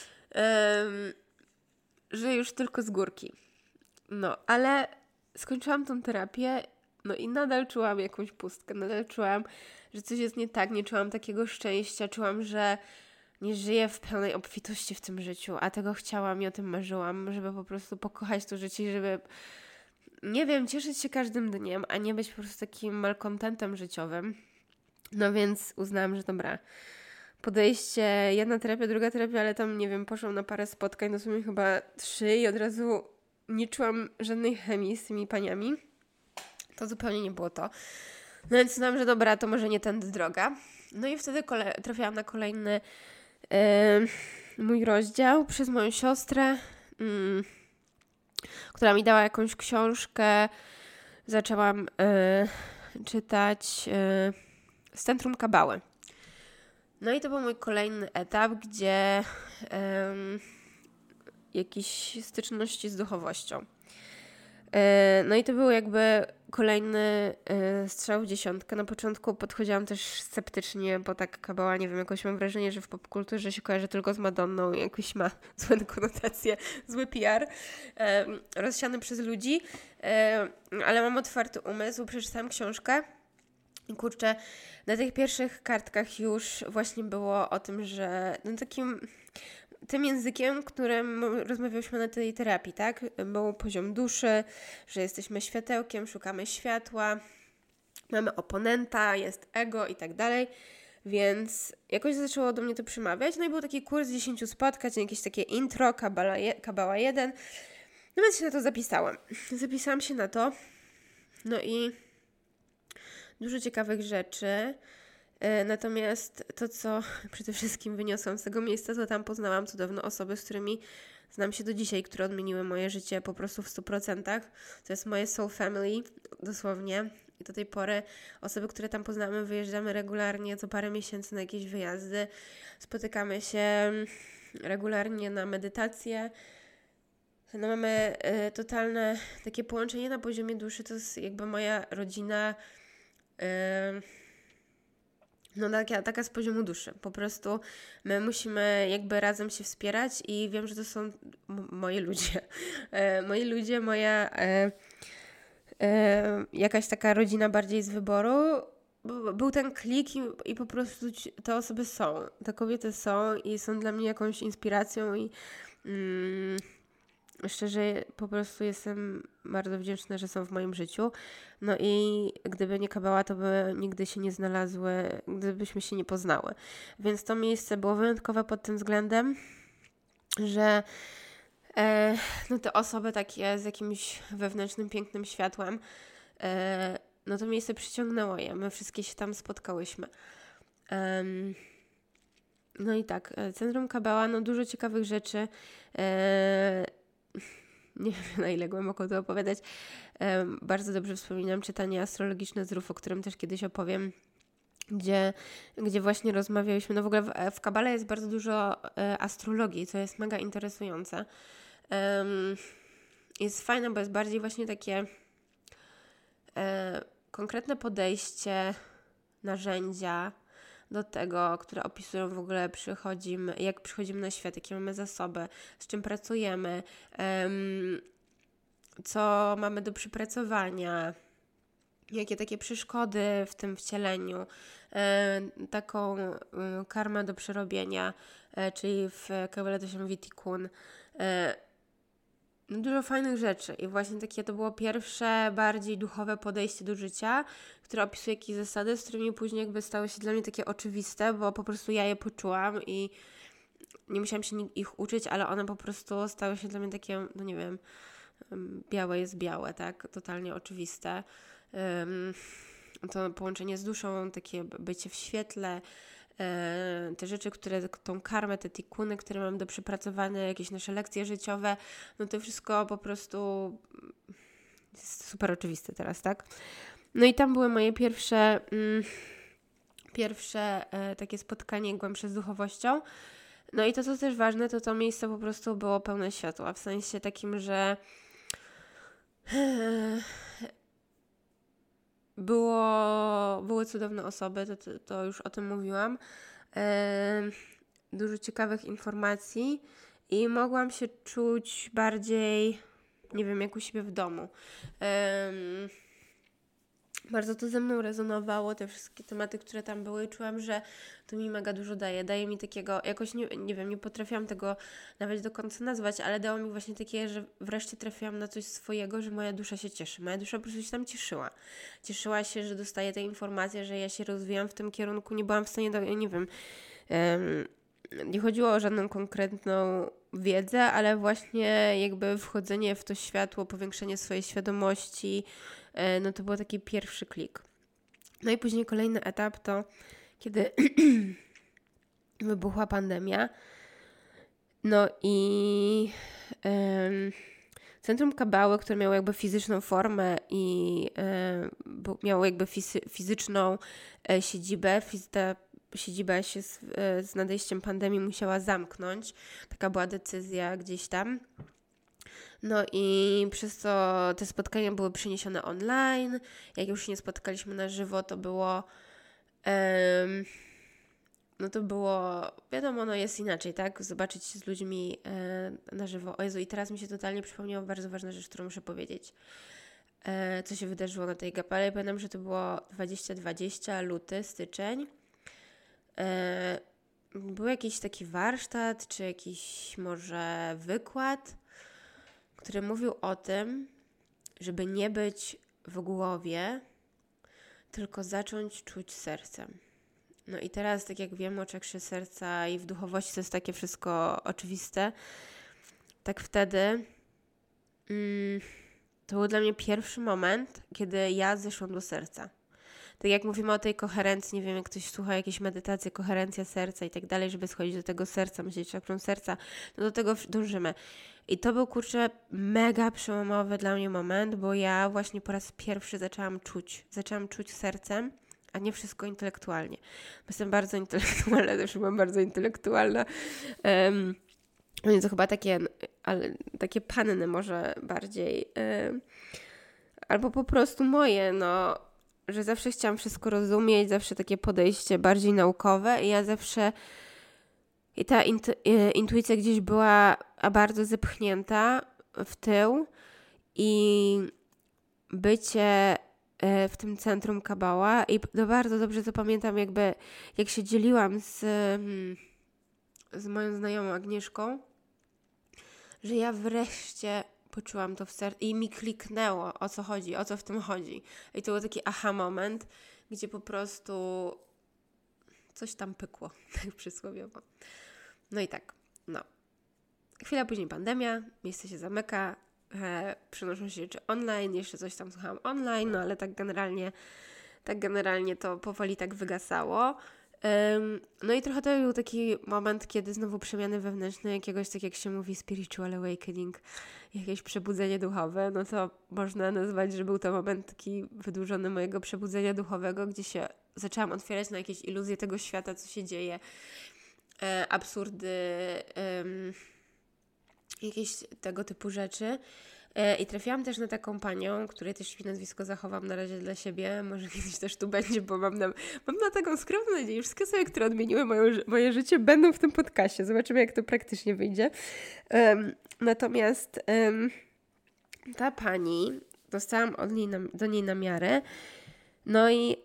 że już tylko z górki. No, ale skończyłam tą terapię, no i nadal czułam jakąś pustkę, nadal czułam, że coś jest nie tak, nie czułam takiego szczęścia, czułam, że nie żyję w pełnej obfitości w tym życiu, a tego chciałam i o tym marzyłam, żeby po prostu pokochać to życie, żeby, nie wiem, cieszyć się każdym dniem, a nie być po prostu takim malkontentem życiowym. No więc uznałam, że dobra, podejście, jedna terapia, druga terapia, ale tam, nie wiem, poszłam na parę spotkań, no w sumie chyba 3 i od razu nie czułam żadnej chemii z tymi paniami. To zupełnie nie było to. No więc uznałam, że dobra, to może nie tędy droga. No i wtedy trafiłam na kolejny mój rozdział przez moją siostrę, która mi dała jakąś książkę. Zaczęłam czytać z Centrum Kabały. No i to był mój kolejny etap, gdzie jakieś styczności z duchowością. No i to był jakby kolejny strzał w dziesiątkę. Na początku podchodziłam też sceptycznie, bo tak kabała, nie wiem, jakoś mam wrażenie, że w popkulturze się kojarzy tylko z Madonną i jakoś ma złe konotacje, zły PR, rozsiany przez ludzi, ale mam otwarty umysł, przeczytałam książkę I kurczę, na tych pierwszych kartkach już właśnie było o tym, że no takim tym językiem, którym rozmawialiśmy na tej terapii, tak? Był poziom duszy, że jesteśmy światełkiem, szukamy światła, mamy oponenta, jest ego i tak dalej. Więc jakoś zaczęło do mnie to przemawiać. No i był taki kurs 10 spotkań, jakieś takie intro, Kabała 1. No więc się na to zapisałam. Zapisałam się na to. No i dużo ciekawych rzeczy. Natomiast to, co przede wszystkim wyniosłam z tego miejsca, to tam poznałam cudowne osoby, z którymi znam się do dzisiaj, które odmieniły moje życie po prostu w 100%. To jest moje soul family, dosłownie. I do tej pory osoby, które tam poznamy, wyjeżdżamy regularnie co parę miesięcy na jakieś wyjazdy. Spotykamy się regularnie na medytacje. No mamy totalne takie połączenie na poziomie duszy. To jest jakby moja rodzina, no taka z poziomu duszy. Po prostu my musimy jakby razem się wspierać i wiem, że to są moi ludzie. Moi ludzie, moja jakaś taka rodzina bardziej z wyboru. Był ten klik i po prostu te osoby są. Te kobiety są i są dla mnie jakąś inspiracją i szczerze po prostu jestem bardzo wdzięczna, że są w moim życiu. No i gdyby nie Kabała, to by nigdy się nie znalazły, gdybyśmy się nie poznały. Więc to miejsce było wyjątkowe pod tym względem, że no te osoby takie z jakimś wewnętrznym, pięknym światłem, no to miejsce przyciągnęło je. My wszystkie się tam spotkałyśmy. No i tak, Centrum Kabała, no dużo ciekawych rzeczy. Nie wiem, na ile głęboko to opowiadać. Bardzo dobrze wspominam czytanie astrologiczne z RUF, o którym też kiedyś opowiem, gdzie właśnie rozmawialiśmy. No w ogóle w Kabale jest bardzo dużo astrologii, co jest mega interesujące. Jest fajne, bo jest bardziej właśnie takie konkretne podejście, narzędzia do tego, które opisują w ogóle jak przychodzimy na świat, jakie mamy zasoby, z czym pracujemy, co mamy do przypracowania, jakie takie przeszkody w tym wcieleniu, taką karmę do przerobienia, czyli w Kabale to się mówi tikkun. Dużo fajnych rzeczy i właśnie takie to było pierwsze, bardziej duchowe podejście do życia, które opisuje jakieś zasady, z którymi później jakby stały się dla mnie takie oczywiste, bo po prostu ja je poczułam i nie musiałam się ich uczyć, ale one po prostu stały się dla mnie takie, no nie wiem, białe jest białe, tak? Totalnie oczywiste. To połączenie z duszą, takie bycie w świetle, te rzeczy, tą karmę, te tikkuny, które mam do przepracowania, jakieś nasze lekcje życiowe, no to wszystko po prostu jest super oczywiste teraz, tak? No i tam były moje pierwsze takie spotkanie głębsze z duchowością. No i to, co też ważne, to miejsce po prostu było pełne światła, w sensie takim, że były cudowne osoby, to już o tym mówiłam. Dużo ciekawych informacji i mogłam się czuć bardziej, nie wiem, jak u siebie w domu. Bardzo to ze mną rezonowało, te wszystkie tematy, które tam były i czułam, że to mi mega dużo daje. Daje mi takiego, jakoś nie wiem, nie potrafiłam tego nawet do końca nazwać, ale dało mi właśnie takie, że wreszcie trafiłam na coś swojego, że moja dusza się cieszy. Moja dusza po prostu się tam cieszyła. Cieszyła się, że dostaje te informacje, że ja się rozwijam w tym kierunku. Nie byłam w stanie, nie wiem, nie chodziło o żadną konkretną wiedzę, ale właśnie jakby wchodzenie w to światło, powiększenie swojej świadomości, no to był taki pierwszy klik. No i później kolejny etap to, kiedy wybuchła pandemia. No i Centrum Kabały, które miało jakby fizyczną formę i miało jakby fizyczną siedzibę. Ta siedziba się z nadejściem pandemii musiała zamknąć. Taka była decyzja gdzieś tam. No i przez to te spotkania były przeniesione online. Jak już się nie spotkaliśmy na żywo, to było wiadomo, no jest inaczej, tak? Zobaczyć się z ludźmi na żywo. O Jezu, i teraz mi się totalnie przypomniała bardzo ważna rzecz, którą muszę powiedzieć. co się wydarzyło na tej gapale. Pamiętam, że to było 2020, luty, styczeń. Był jakiś taki warsztat, czy jakiś może wykład, który mówił o tym, żeby nie być w głowie, tylko zacząć czuć sercem. No i teraz, tak jak wiem o czakrze serca i w duchowości to jest takie wszystko oczywiste, tak wtedy to był dla mnie pierwszy moment, kiedy ja zeszłam do serca. Tak jak mówimy o tej koherencji, nie wiem, jak ktoś słucha jakieś medytacje, koherencja serca i tak dalej, żeby schodzić do tego serca, myśleć czakrą serca, no do tego dążymy. I to był, mega przełomowy dla mnie moment, bo ja właśnie po raz pierwszy zaczęłam czuć sercem, a nie wszystko intelektualnie. Jestem bardzo intelektualna, też byłam bardzo intelektualna. Więc to chyba takie panny może bardziej. Albo po prostu moje, no, że zawsze chciałam wszystko rozumieć, zawsze takie podejście bardziej naukowe i ja zawsze i ta intuicja gdzieś była bardzo zepchnięta w tył i bycie w tym centrum Kabała i to bardzo dobrze to pamiętam, jakby jak się dzieliłam z moją znajomą Agnieszką, że ja wreszcie poczułam to w sercu i mi kliknęło, o co chodzi, o co w tym chodzi. I to był taki aha moment, gdzie po prostu coś tam pykło, tak przysłowiowo. No i tak, Chwila później pandemia, miejsce się zamyka, przenoszą się rzeczy online, jeszcze coś tam słuchałam online, no ale tak generalnie to powoli tak wygasało. No i trochę to był taki moment, kiedy znowu przemiany wewnętrzne, jakiegoś, tak jak się mówi, spiritual awakening, jakieś przebudzenie duchowe, no to można nazwać, że był to moment taki wydłużony mojego przebudzenia duchowego, gdzie się zaczęłam otwierać na jakieś iluzje tego świata, co się dzieje, absurdy, jakieś tego typu rzeczy. I trafiłam też na taką panią, której też nazwisko zachowam na razie dla siebie, może kiedyś też tu będzie, bo mam na taką skromną nadzieję, wszystkie osoby, które odmieniły moje życie, będą w tym podcaście. Zobaczymy, jak to praktycznie wyjdzie. Natomiast ta pani, dostałam do niej namiarę, no i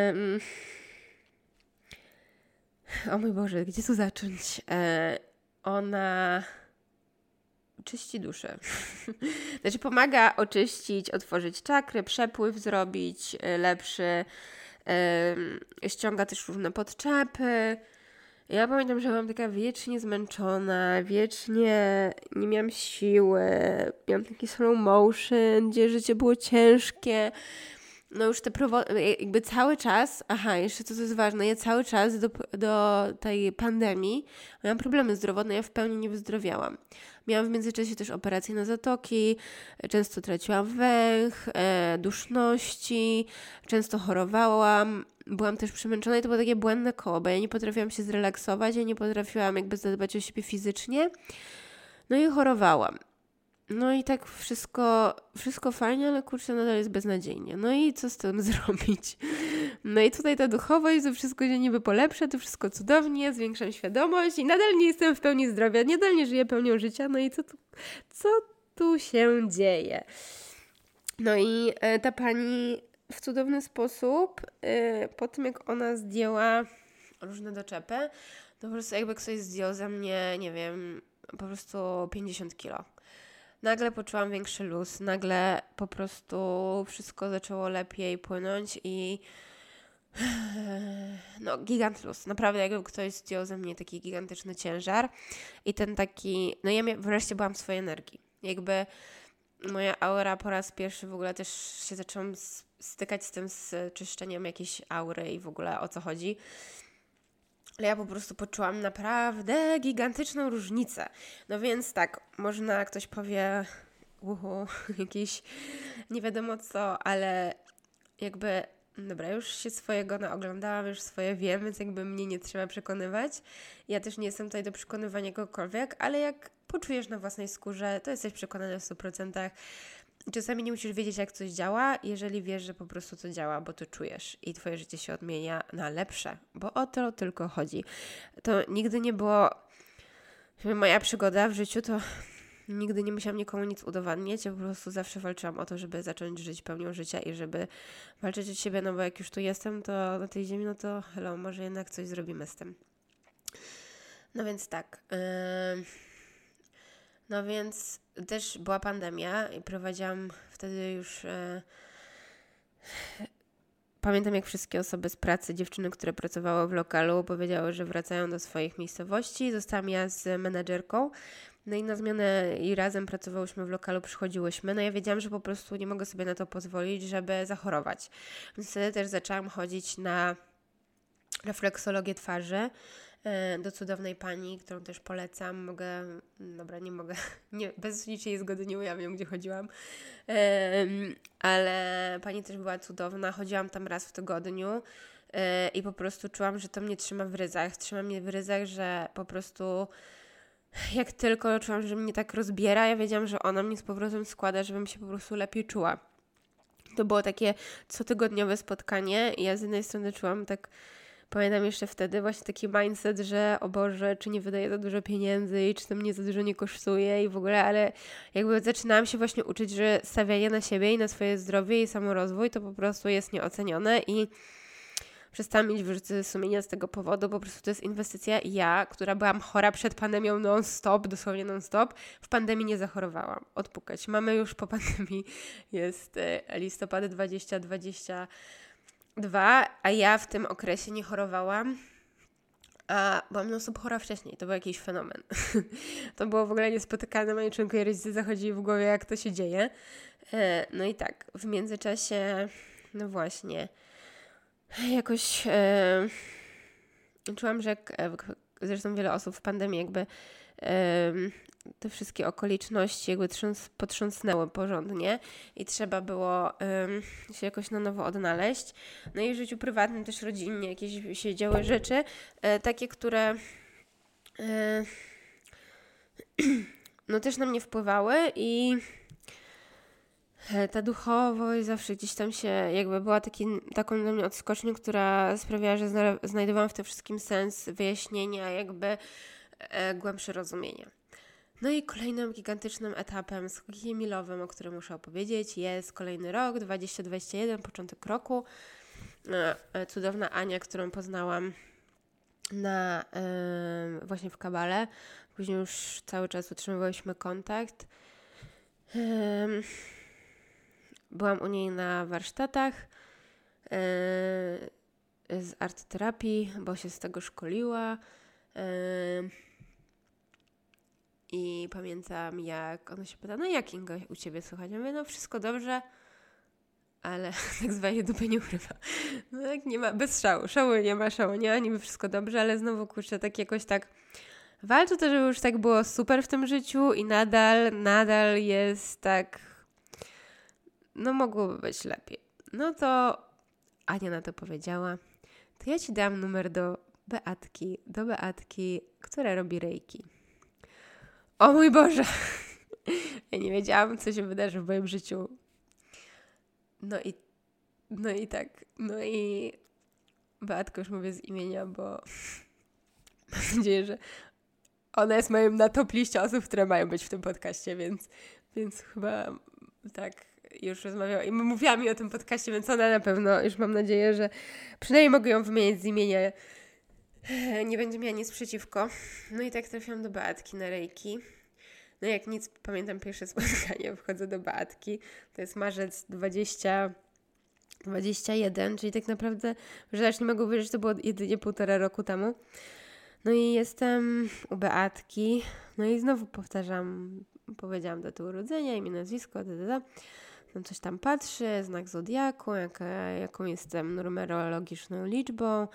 o mój Boże, gdzie tu zacząć? Ona czyści duszę. Znaczy pomaga oczyścić, otworzyć czakry, przepływ zrobić lepszy, ściąga też różne podczepy. Ja pamiętam, że byłam taka wiecznie zmęczona, wiecznie nie miałam siły, miałam taki slow motion, gdzie życie było ciężkie. No już jakby cały czas, jeszcze to jest ważne, ja cały czas do tej pandemii miałam problemy zdrowotne, ja w pełni nie wyzdrowiałam. Miałam w międzyczasie też operacje na zatoki, często traciłam węch, duszności, często chorowałam, byłam też przemęczona i to było takie błędne koło, bo ja nie potrafiłam się zrelaksować, ja nie potrafiłam jakby zadbać o siebie fizycznie, no i chorowałam. No i tak wszystko fajnie, ale nadal jest beznadziejnie. No i co z tym zrobić? No i tutaj ta duchowość, to wszystko się niby polepsza, to wszystko cudownie, zwiększam świadomość i nadal nie jestem w pełni zdrowia, nadal nie żyję pełnią życia. No i co tu się dzieje? No i ta pani w cudowny sposób, po tym jak ona zdjęła różne doczepy, to po prostu jakby ktoś zdjął za mnie, nie wiem, po prostu 50 kilo. Nagle poczułam większy luz, nagle po prostu wszystko zaczęło lepiej płynąć i gigant luz. Naprawdę jakby ktoś zdjął ze mnie taki gigantyczny ciężar i ten taki, ja wreszcie byłam w swojej energii. Jakby moja aura po raz pierwszy w ogóle też się zaczęłam stykać z tym, z czyszczeniem jakiejś aury i w ogóle o co chodzi. Ale ja po prostu poczułam naprawdę gigantyczną różnicę. No więc tak, ktoś powie, jakiś nie wiadomo co, ale jakby, dobra, już się swojego naoglądałam, już swoje wiem, więc jakby mnie nie trzeba przekonywać. Ja też nie jestem tutaj do przekonywania kogokolwiek, ale jak poczujesz na własnej skórze, to jesteś przekonany w 100%. Czasami nie musisz wiedzieć, jak coś działa, jeżeli wiesz, że po prostu to działa, bo to czujesz i twoje życie się odmienia na lepsze, bo o to tylko chodzi. To nigdy nie było... Moja przygoda w życiu to nigdy nie musiałam nikomu nic udowadniać, ja po prostu zawsze walczyłam o to, żeby zacząć żyć pełnią życia i żeby walczyć od siebie, no bo jak już tu jestem, to na tej ziemi, no to hello, może jednak coś zrobimy z tym. No więc tak. No więc też była pandemia i prowadziłam wtedy już... Pamiętam, jak wszystkie osoby z pracy, dziewczyny, które pracowały w lokalu, powiedziały, że wracają do swoich miejscowości. Zostałam ja z menadżerką. No i na zmianę i razem pracowałyśmy w lokalu, przychodziłyśmy. No ja wiedziałam, że po prostu nie mogę sobie na to pozwolić, żeby zachorować. Więc wtedy też zaczęłam chodzić na refleksologię twarzy do cudownej pani, którą też polecam. Nie mogę, bez niczyjej zgody nie ujawniam, gdzie chodziłam. Ale pani też była cudowna. Chodziłam tam raz w tygodniu i po prostu czułam, że to mnie trzyma w ryzach. Trzyma mnie w ryzach, że po prostu jak tylko czułam, że mnie tak rozbiera, ja wiedziałam, że ona mnie z powrotem składa, żebym się po prostu lepiej czuła. To było takie cotygodniowe spotkanie i ja z jednej strony czułam tak, pamiętam jeszcze wtedy właśnie taki mindset, że o Boże, czy nie wydaję za dużo pieniędzy i czy to mnie za dużo nie kosztuje i w ogóle, ale jakby zaczynałam się właśnie uczyć, że stawianie na siebie i na swoje zdrowie i samorozwój to po prostu jest nieocenione i przestałam mieć wyrzuty sumienia z tego powodu, po prostu to jest inwestycja i ja, która byłam chora przed pandemią non-stop, dosłownie non-stop, w pandemii nie zachorowałam. Odpukać. Mamy już po pandemii, jest listopad 2022, a ja w tym okresie nie chorowałam, a byłam non-stop chora wcześniej. To był jakiś fenomen. To było w ogóle niespotykane. Moi członkowie rodzice zachodzili w głowie, jak to się dzieje. No i tak, w międzyczasie, no właśnie, jakoś czułam, że zresztą wiele osób w pandemii jakby te wszystkie okoliczności jakby potrząsnęły porządnie i trzeba było się jakoś na nowo odnaleźć. No i w życiu prywatnym, też rodzinnie jakieś się działy rzeczy, takie, które no też na mnie wpływały i ta duchowość zawsze gdzieś tam się jakby była taką dla mnie odskocznią, która sprawiała, że znajdowałam w tym wszystkim sens wyjaśnienia, jakby głębsze rozumienie. No i kolejnym gigantycznym etapem, skokiem milowym, o którym muszę opowiedzieć, jest kolejny rok, 2021, początek roku. Cudowna Ania, którą poznałam właśnie w Kabale. Później już cały czas utrzymywałyśmy kontakt. Byłam u niej na warsztatach z art terapii, bo się z tego szkoliła. I pamiętam, jak ona się pyta, no jak Inga u Ciebie słychać? Ja mówię, no wszystko dobrze, ale tak zwanie dupy nie ukrywa. No tak nie ma, bez szału nie ma, niby wszystko dobrze, ale znowu kurczę, tak jakoś tak walczę to, żeby już tak było super w tym życiu i nadal jest tak, no mogłoby być lepiej. No to Ania na to powiedziała, to ja Ci dam numer do Beatki, która robi reiki. O mój Boże! Ja nie wiedziałam, co się wydarzy w moim życiu. No i Beatka, już mówię z imienia, bo mam nadzieję, że ona jest moim na top liście osób, które mają być w tym podcaście, więc chyba tak już rozmawiała i mówiła mi o tym podcaście, więc ona na pewno, już mam nadzieję, że przynajmniej mogę ją wymienić z imienia. Nie będzie miała nic przeciwko. No i tak trafiłam do Beatki na reiki. No jak nic, pamiętam pierwsze spotkanie, wchodzę do Beatki, to jest marzec 2021, czyli tak naprawdę, że aż nie mogę uwierzyć, że to było jedynie 1,5 roku temu. No i jestem u Beatki, no i znowu powiedziałam datę urodzenia, imię, nazwisko, no coś tam patrzy, znak zodiaku, jaką jestem numerologiczną liczbą,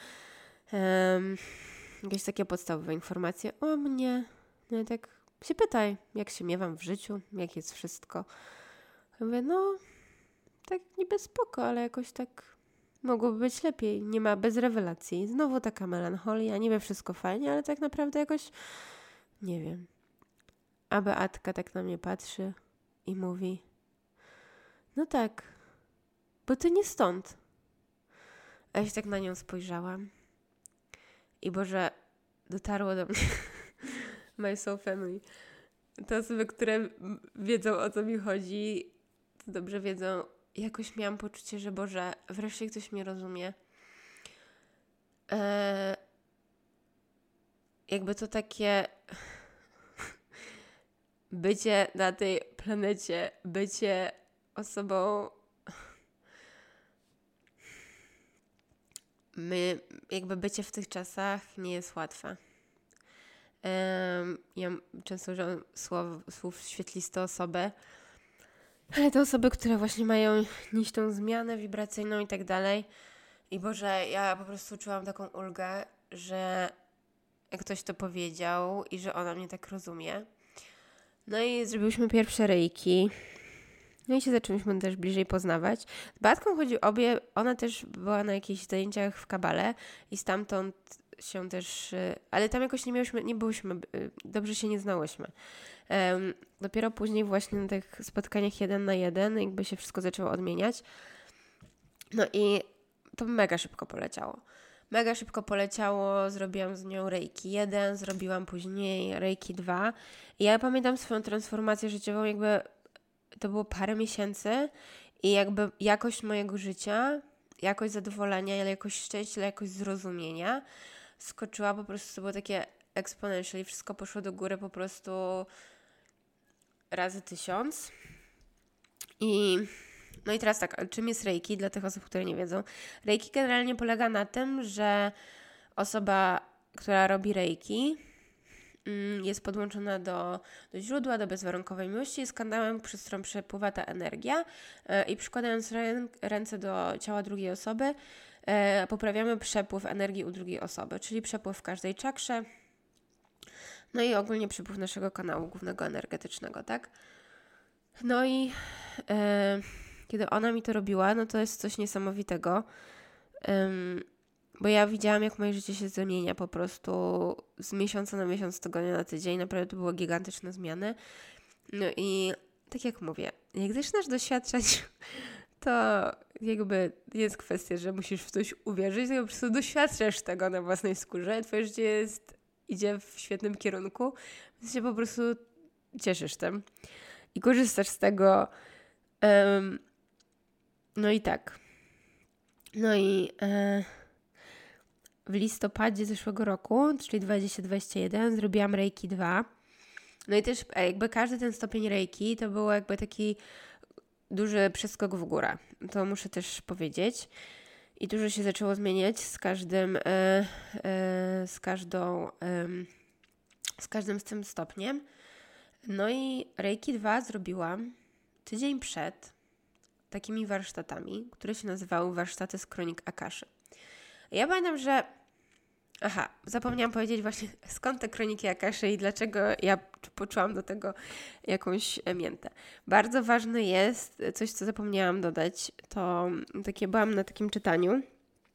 jakieś takie podstawowe informacje o mnie, no i tak się pytaj, jak się miewam w życiu, jak jest wszystko. Ja mówię, no, tak niby spoko, ale jakoś tak mogłoby być lepiej. Nie ma bez rewelacji. Znowu taka melancholia, niby wszystko fajnie, ale tak naprawdę jakoś, nie wiem. A Beatka tak na mnie patrzy i mówi, no tak, bo ty nie stąd. A ja się tak na nią spojrzałam i Boże, dotarło do mnie my soul family. te osoby, które wiedzą, o co mi chodzi, to dobrze wiedzą. Jakoś miałam poczucie, że Boże, wreszcie ktoś mnie rozumie. Jakby to takie bycie na tej planecie, bycie osobą, jakby bycie w tych czasach nie jest łatwe. Ja często używam słów świetliste osoby, ale te osoby, które właśnie mają nieść tą zmianę wibracyjną i tak dalej. I Boże, ja po prostu czułam taką ulgę, że ktoś to powiedział i że ona mnie tak rozumie. No i zrobiłyśmy pierwsze reiki. No i się zaczęliśmy też bliżej poznawać. Z Beatką chodzi obie, ona też była na jakichś zajęciach w Kabale i stamtąd się też, ale tam jakoś nie byłyśmy, dobrze się nie znałyśmy. Dopiero później właśnie na tych spotkaniach 1 na 1 jakby się wszystko zaczęło odmieniać. No i to mega szybko poleciało. Zrobiłam z nią Reiki 1, zrobiłam później Reiki 2. I ja pamiętam swoją transformację życiową, jakby to było parę miesięcy i jakby jakość mojego życia, jakość zadowolenia, jakość szczęścia, jakość zrozumienia skoczyła po prostu, to było takie exponential i wszystko poszło do góry po prostu razy 1000. No i teraz tak, czym jest Reiki dla tych osób, które nie wiedzą? Reiki generalnie polega na tym, że osoba, która robi Reiki, jest podłączona do źródła, do bezwarunkowej miłości, jest kanałem, przez którą przepływa ta energia i przykładając ręce do ciała drugiej osoby, poprawiamy przepływ energii u drugiej osoby, czyli przepływ w każdej czakrze, no i ogólnie przepływ naszego kanału głównego energetycznego, tak? No i kiedy ona mi to robiła, no to jest coś niesamowitego, bo ja widziałam, jak moje życie się zmienia po prostu z miesiąca na miesiąc, z tygodnia na tydzień. Naprawdę to były gigantyczne zmiany. No i tak jak mówię, jak zaczynasz doświadczać, to jakby jest kwestia, że musisz w coś uwierzyć, tylko po prostu doświadczasz tego na własnej skórze. Twoje życie idzie w świetnym kierunku, więc się po prostu cieszysz tym i korzystasz z tego. No i tak. No i w listopadzie zeszłego roku, czyli 2021, zrobiłam Reiki 2. No i też jakby każdy ten stopień Reiki to było jakby taki duży przeskok w górę. To muszę też powiedzieć. I dużo się zaczęło zmieniać z każdym z tym stopniem. No i Reiki 2 zrobiłam tydzień przed takimi warsztatami, które się nazywały warsztaty z kronik Akaszy. Ja pamiętam, że zapomniałam powiedzieć właśnie skąd te kroniki Akaszy i dlaczego ja poczułam do tego jakąś miętę. Bardzo ważne jest, coś co zapomniałam dodać, to byłam na takim czytaniu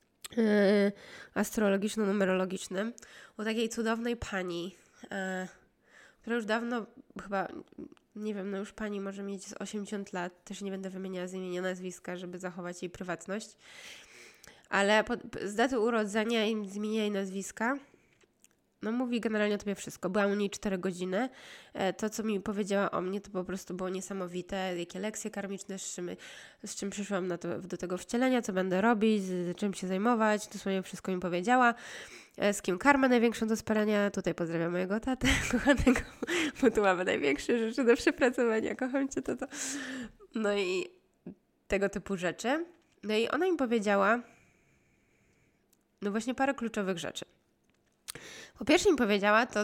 astrologiczno-numerologicznym u takiej cudownej pani, która już dawno chyba, nie wiem, no już pani może mieć z 80 lat, też nie będę wymieniała z imienia nazwiska, żeby zachować jej prywatność, ale z daty urodzenia i z imienia jej nazwiska, no mówi generalnie o tobie wszystko. Byłam u niej 4 godziny. To, co mi powiedziała o mnie, to po prostu było niesamowite. Jakie lekcje karmiczne, z czym przyszłam do tego wcielenia, co będę robić, z czym się zajmować. Dosłownie wszystko mi powiedziała. Z kim karmę największą do spalania. Tutaj pozdrawiam mojego tatę kochanego, bo tu mamy największe rzeczy do przepracowania. Kocham cię, tato. No i tego typu rzeczy. No i ona mi powiedziała no właśnie parę kluczowych rzeczy. Po pierwsze mi powiedziała to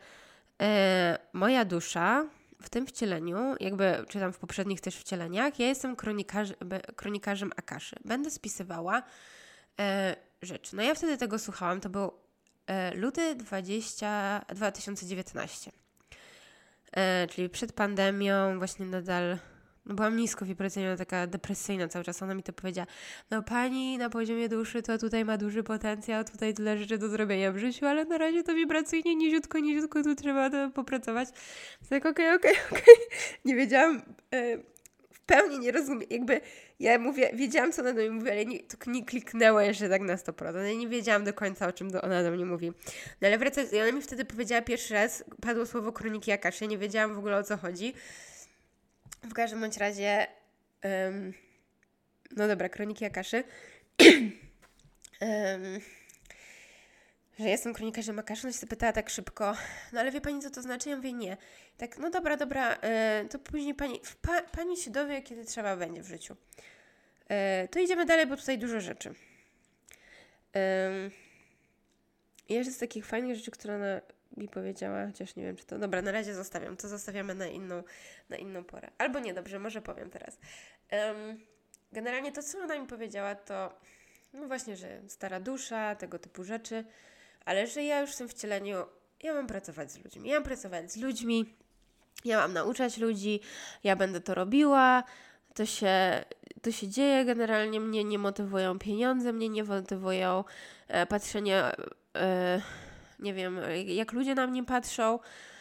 moja dusza w tym wcieleniu, jakby czytam w poprzednich też wcieleniach, ja jestem kronikarzem Akaszy. Będę spisywała rzeczy. No ja wtedy tego słuchałam, to był luty 2019. Czyli przed pandemią, właśnie nadal byłam nisko wibracyjna, taka depresyjna cały czas. Ona mi to powiedziała, no pani na poziomie duszy to tutaj ma duży potencjał, tutaj tyle rzeczy do zrobienia w życiu, ale na razie to wibracyjnie niziutko, tu trzeba to popracować. Tak okej. Nie wiedziałam, w pełni nie rozumiem, jakby Ja mówię, wiedziałam, co ona do mnie mówi, ale nie kliknęło jeszcze tak na 100%. Ja nie wiedziałam do końca, o czym ona do mnie mówi. No ale wracając, ona mi wtedy powiedziała pierwszy raz, padło słowo Kroniki Akaszy, ja nie wiedziałam w ogóle, o co chodzi. W każdym bądź razie, no dobra, Kroniki Akaszy. Że jestem kronikarzem Akaszy, no się zapytała tak szybko, no ale wie pani, co to znaczy? Ja mówię, nie. Tak, no dobra, to później pani się dowie, kiedy trzeba będzie w życiu. To idziemy dalej, bo tutaj dużo rzeczy. I jeszcze z takich fajnych rzeczy, które ona mi powiedziała, chociaż nie wiem, czy to... Dobra, na razie zostawiam. To zostawiamy na inną porę. Albo nie, dobrze, może powiem teraz. Generalnie to, co ona mi powiedziała, to no właśnie, że stara dusza, tego typu rzeczy, ale że ja już w tym wcieleniu, ja mam pracować z ludźmi. Ja mam pracować z ludźmi, ja mam nauczać ludzi, ja będę to robiła, to się dzieje generalnie, mnie nie motywują pieniądze, mnie nie motywują patrzenie, nie wiem, jak ludzie na mnie patrzą.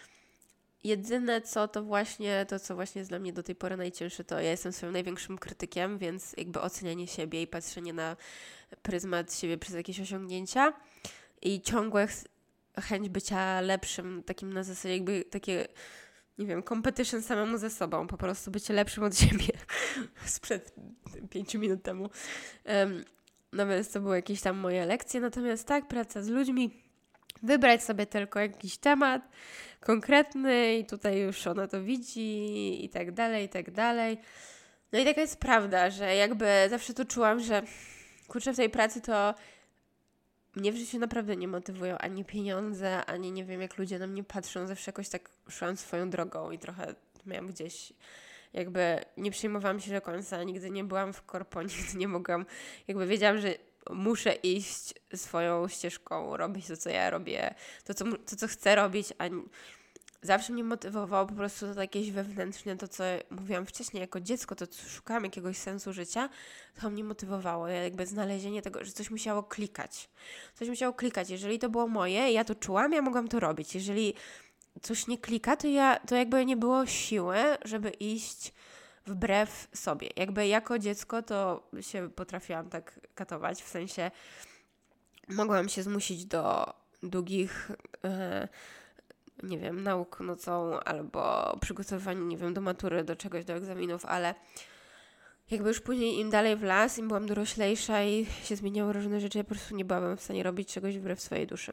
Jedyne co co właśnie jest dla mnie do tej pory najcięższe, to ja jestem swoim największym krytykiem, więc jakby ocenianie siebie i patrzenie na pryzmat siebie przez jakieś osiągnięcia i ciągłe chęć bycia lepszym, takim na zasadzie jakby takie, nie wiem, competition samemu ze sobą, po prostu bycie lepszym od siebie sprzed 5 minut temu. No więc to były jakieś tam moje lekcje, natomiast tak, praca z ludźmi, wybrać sobie tylko jakiś temat konkretny i tutaj już ona to widzi i tak dalej, i tak dalej. No i taka jest prawda, że jakby zawsze to czułam, że kurczę, w tej pracy to mnie w życiu naprawdę nie motywują ani pieniądze, ani nie wiem, jak ludzie na mnie patrzą. Zawsze jakoś tak szłam swoją drogą i trochę miałam gdzieś, jakby nie przejmowałam się do końca, nigdy nie byłam w korpo, nigdy nie mogłam, jakby wiedziałam, że muszę iść swoją ścieżką, robić to, co ja robię, to, co chcę robić, a zawsze mnie motywowało po prostu to jakieś wewnętrznie, to co mówiłam wcześniej, jako dziecko, to co szukałam jakiegoś sensu życia, to mnie motywowało, jakby znalezienie tego, że coś musiało klikać. Coś musiało klikać, jeżeli to było moje, ja to czułam, ja mogłam to robić. Jeżeli coś nie klika, to jakby nie było siły, żeby iść wbrew sobie. Jakby jako dziecko to się potrafiłam tak katować, w sensie mogłam się zmusić do długich nie wiem, nauk nocą albo przygotowywanie, nie wiem, do matury, do czegoś, do egzaminów, ale jakby już później im dalej w las, im byłam doroślejsza i się zmieniały różne rzeczy, ja po prostu nie byłam w stanie robić czegoś wbrew swojej duszy.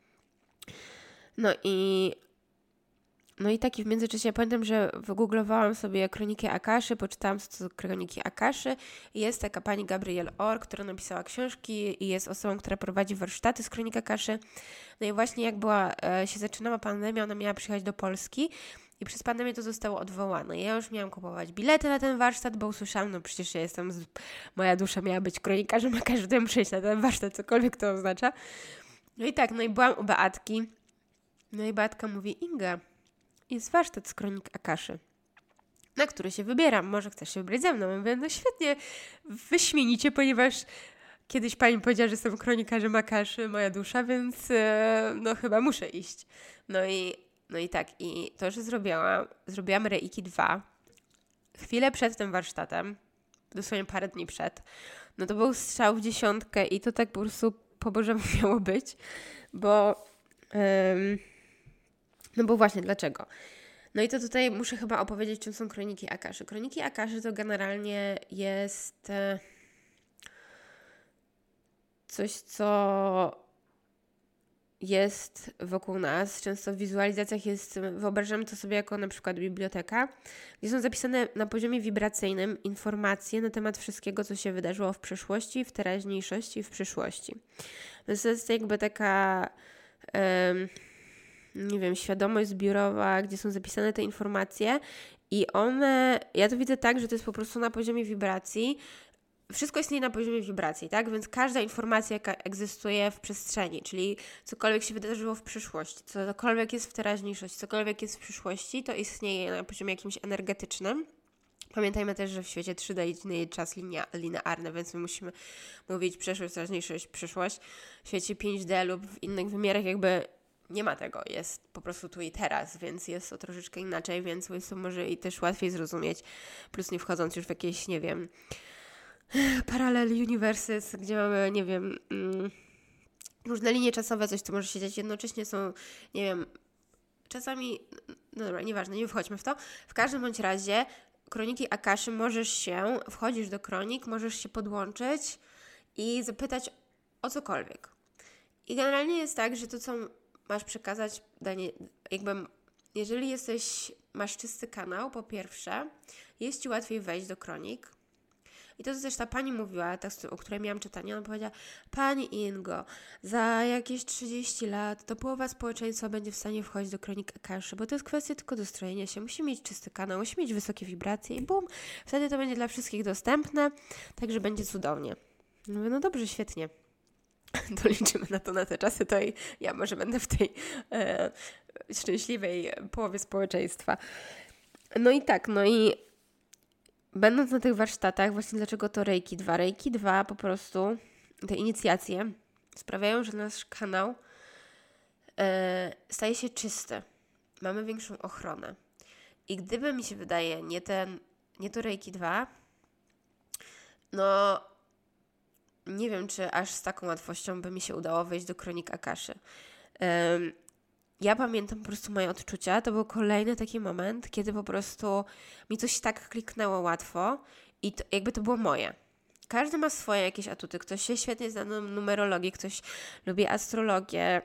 No i tak i w międzyczasie ja pamiętam, że wygooglowałam sobie Kroniki Akaszy, poczytałam co to Kroniki Akaszy i jest taka pani Gabrielle Orr, która napisała książki i jest osobą, która prowadzi warsztaty z Kronik Akaszy. No i właśnie jak się zaczynała pandemia, ona miała przyjechać do Polski i przez pandemię to zostało odwołane. Ja już miałam kupować bilety na ten warsztat, bo usłyszałam, no przecież ja moja dusza miała być kronikarzem Akaszy, to ja muszę iść na ten warsztat, cokolwiek to oznacza. No i tak, no i byłam u Beatki. No i Beatka mówi, Inga, jest warsztat z Kronik Akaszy, na który się wybieram. Może chcesz się wybrać ze mną? Ja mówię, no świetnie, wyśmienicie, ponieważ kiedyś pani powiedziała, że jestem kronikarzem Akaszy, moja dusza, więc no chyba muszę iść. No i tak, i to, że zrobiłam Reiki 2 chwilę przed tym warsztatem, dosłownie parę dni przed, no to był strzał w dziesiątkę i to tak po prostu po Bożemu miało być, bo no bo właśnie, dlaczego? No i to tutaj muszę chyba opowiedzieć, czym są Kroniki Akaszy. Kroniki Akaszy to generalnie jest coś, co jest wokół nas. Często w wizualizacjach wyobrażamy to sobie jako na przykład biblioteka, gdzie są zapisane na poziomie wibracyjnym informacje na temat wszystkiego, co się wydarzyło w przeszłości, w teraźniejszości i w przyszłości. Więc to jest jakby taka nie wiem, świadomość zbiorowa, gdzie są zapisane te informacje i ja to widzę tak, że to jest po prostu na poziomie wibracji. Wszystko istnieje na poziomie wibracji, tak? Więc każda informacja, jaka egzystuje w przestrzeni, czyli cokolwiek się wydarzyło w przyszłości, cokolwiek jest w teraźniejszości, cokolwiek jest w przyszłości, to istnieje na poziomie jakimś energetycznym. Pamiętajmy też, że w świecie 3D istnieje czas linearny, więc my musimy mówić przeszłość, teraźniejszość, przyszłość. W świecie 5D lub w innych wymiarach jakby nie ma tego, jest po prostu tu i teraz, więc jest to troszeczkę inaczej, więc jest to może i też łatwiej zrozumieć, plus nie wchodząc już w jakieś, nie wiem, parallel universes, gdzie mamy, nie wiem, różne linie czasowe, coś tu może się dziać jednocześnie, są, nie wiem, czasami, no dobra, nieważne, nie wchodźmy w to. W każdym bądź razie Kroniki Akaszy wchodzisz do kronik, możesz się podłączyć i zapytać o cokolwiek. I generalnie jest tak, że to, co masz przekazać, jeżeli masz czysty kanał, po pierwsze, jest Ci łatwiej wejść do kronik. I to, co też ta pani mówiła, o której miałam czytanie, ona powiedziała: Pani Ingo, za jakieś 30 lat to połowa społeczeństwa będzie w stanie wchodzić do kronik Akaszy, bo to jest kwestia tylko dostrojenia się. Musi mieć czysty kanał, musi mieć wysokie wibracje i bum, wtedy to będzie dla wszystkich dostępne, także będzie cudownie. Mówię, no dobrze, świetnie. To liczymy na te czasy, to i ja może będę w tej szczęśliwej połowie społeczeństwa. No i będąc na tych warsztatach, właśnie dlaczego to Reiki 2? Reiki 2 po prostu, te inicjacje sprawiają, że nasz kanał staje się czysty. Mamy większą ochronę. I gdyby mi się wydaje, nie to Reiki 2, no nie wiem, czy aż z taką łatwością by mi się udało wejść do kronik Akaszy. Ja pamiętam po prostu moje odczucia. To był kolejny taki moment, kiedy po prostu mi coś tak kliknęło łatwo i to było moje. Każdy ma swoje jakieś atuty. Ktoś się świetnie zna na numerologii, ktoś lubi astrologię,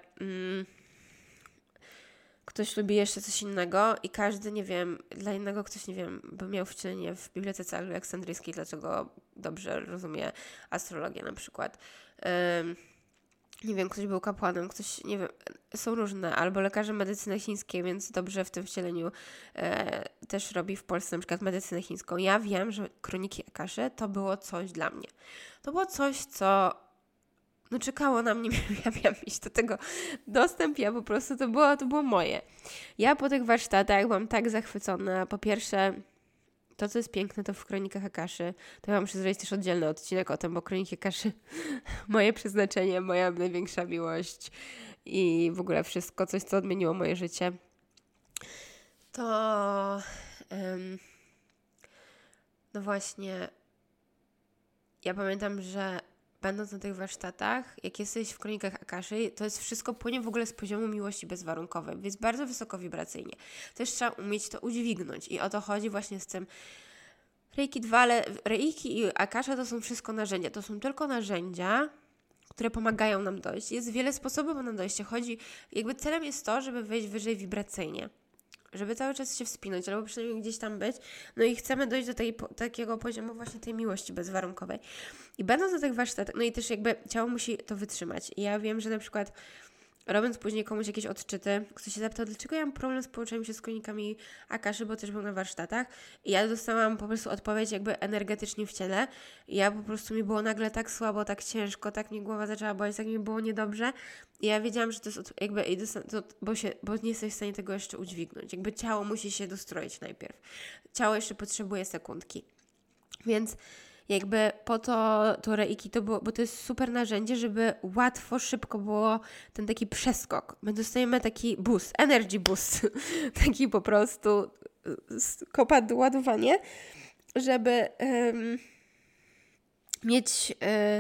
ktoś lubi jeszcze coś innego i każdy, nie wiem, dla innego ktoś, nie wiem, by miał wcielenie w Bibliotece Aleksandryjskiej, dlaczego dobrze rozumie astrologię na przykład. Nie wiem, ktoś był kapłanem, ktoś, nie wiem, są różne, albo lekarzem medycyny chińskiej, więc dobrze w tym wcieleniu też robi w Polsce na przykład medycynę chińską. Ja wiem, że Kroniki Akaszy to było coś dla mnie. To było coś, co czekało na mnie, ja miałam mieć do tego dostęp, ja po prostu, to było moje. Ja po tych warsztatach byłam tak zachwycona, po pierwsze, to, co jest piękne, to w Kronikach Akaszy, to ja muszę zrobić też oddzielny odcinek o tym, bo Kroniki Akaszy, moje przeznaczenie, moja największa miłość i w ogóle wszystko, coś, co odmieniło moje życie, to no właśnie, ja pamiętam, że będąc na tych warsztatach, jak jesteś w Kronikach Akaszy, to jest wszystko płynie w ogóle z poziomu miłości bezwarunkowej, więc bardzo wysoko wibracyjnie. Też trzeba umieć to udźwignąć i o to chodzi właśnie z tym Reiki 2, ale Reiki i Akasha to są wszystko narzędzia. To są tylko narzędzia, które pomagają nam dojść. Jest wiele sposobów na dojście. Celem jest to, żeby wejść wyżej wibracyjnie. Żeby cały czas się wspinać, albo przynajmniej gdzieś tam być. No i chcemy dojść do takiego poziomu właśnie tej miłości bezwarunkowej. I będąc na tych warsztatach, no i też ciało musi to wytrzymać. I ja wiem, że na przykład robiąc później komuś jakieś odczyty, ktoś się zapytał, dlaczego ja mam problem z połączeniem się z Kronikami Akaszy, bo też był na warsztatach. I ja dostałam po prostu odpowiedź energetycznie w ciele. I ja po prostu mi było nagle tak słabo, tak ciężko, tak mi głowa zaczęła boleć, tak mi było niedobrze. I ja wiedziałam, że to jest bo nie jesteś w stanie tego jeszcze udźwignąć. Ciało musi się dostroić najpierw. Ciało jeszcze potrzebuje sekundki. Więc po to Reiki to było, bo to jest super narzędzie, żeby łatwo, szybko było ten taki przeskok. My dostajemy taki boost, energy boost, taki po prostu ładowanie, żeby mieć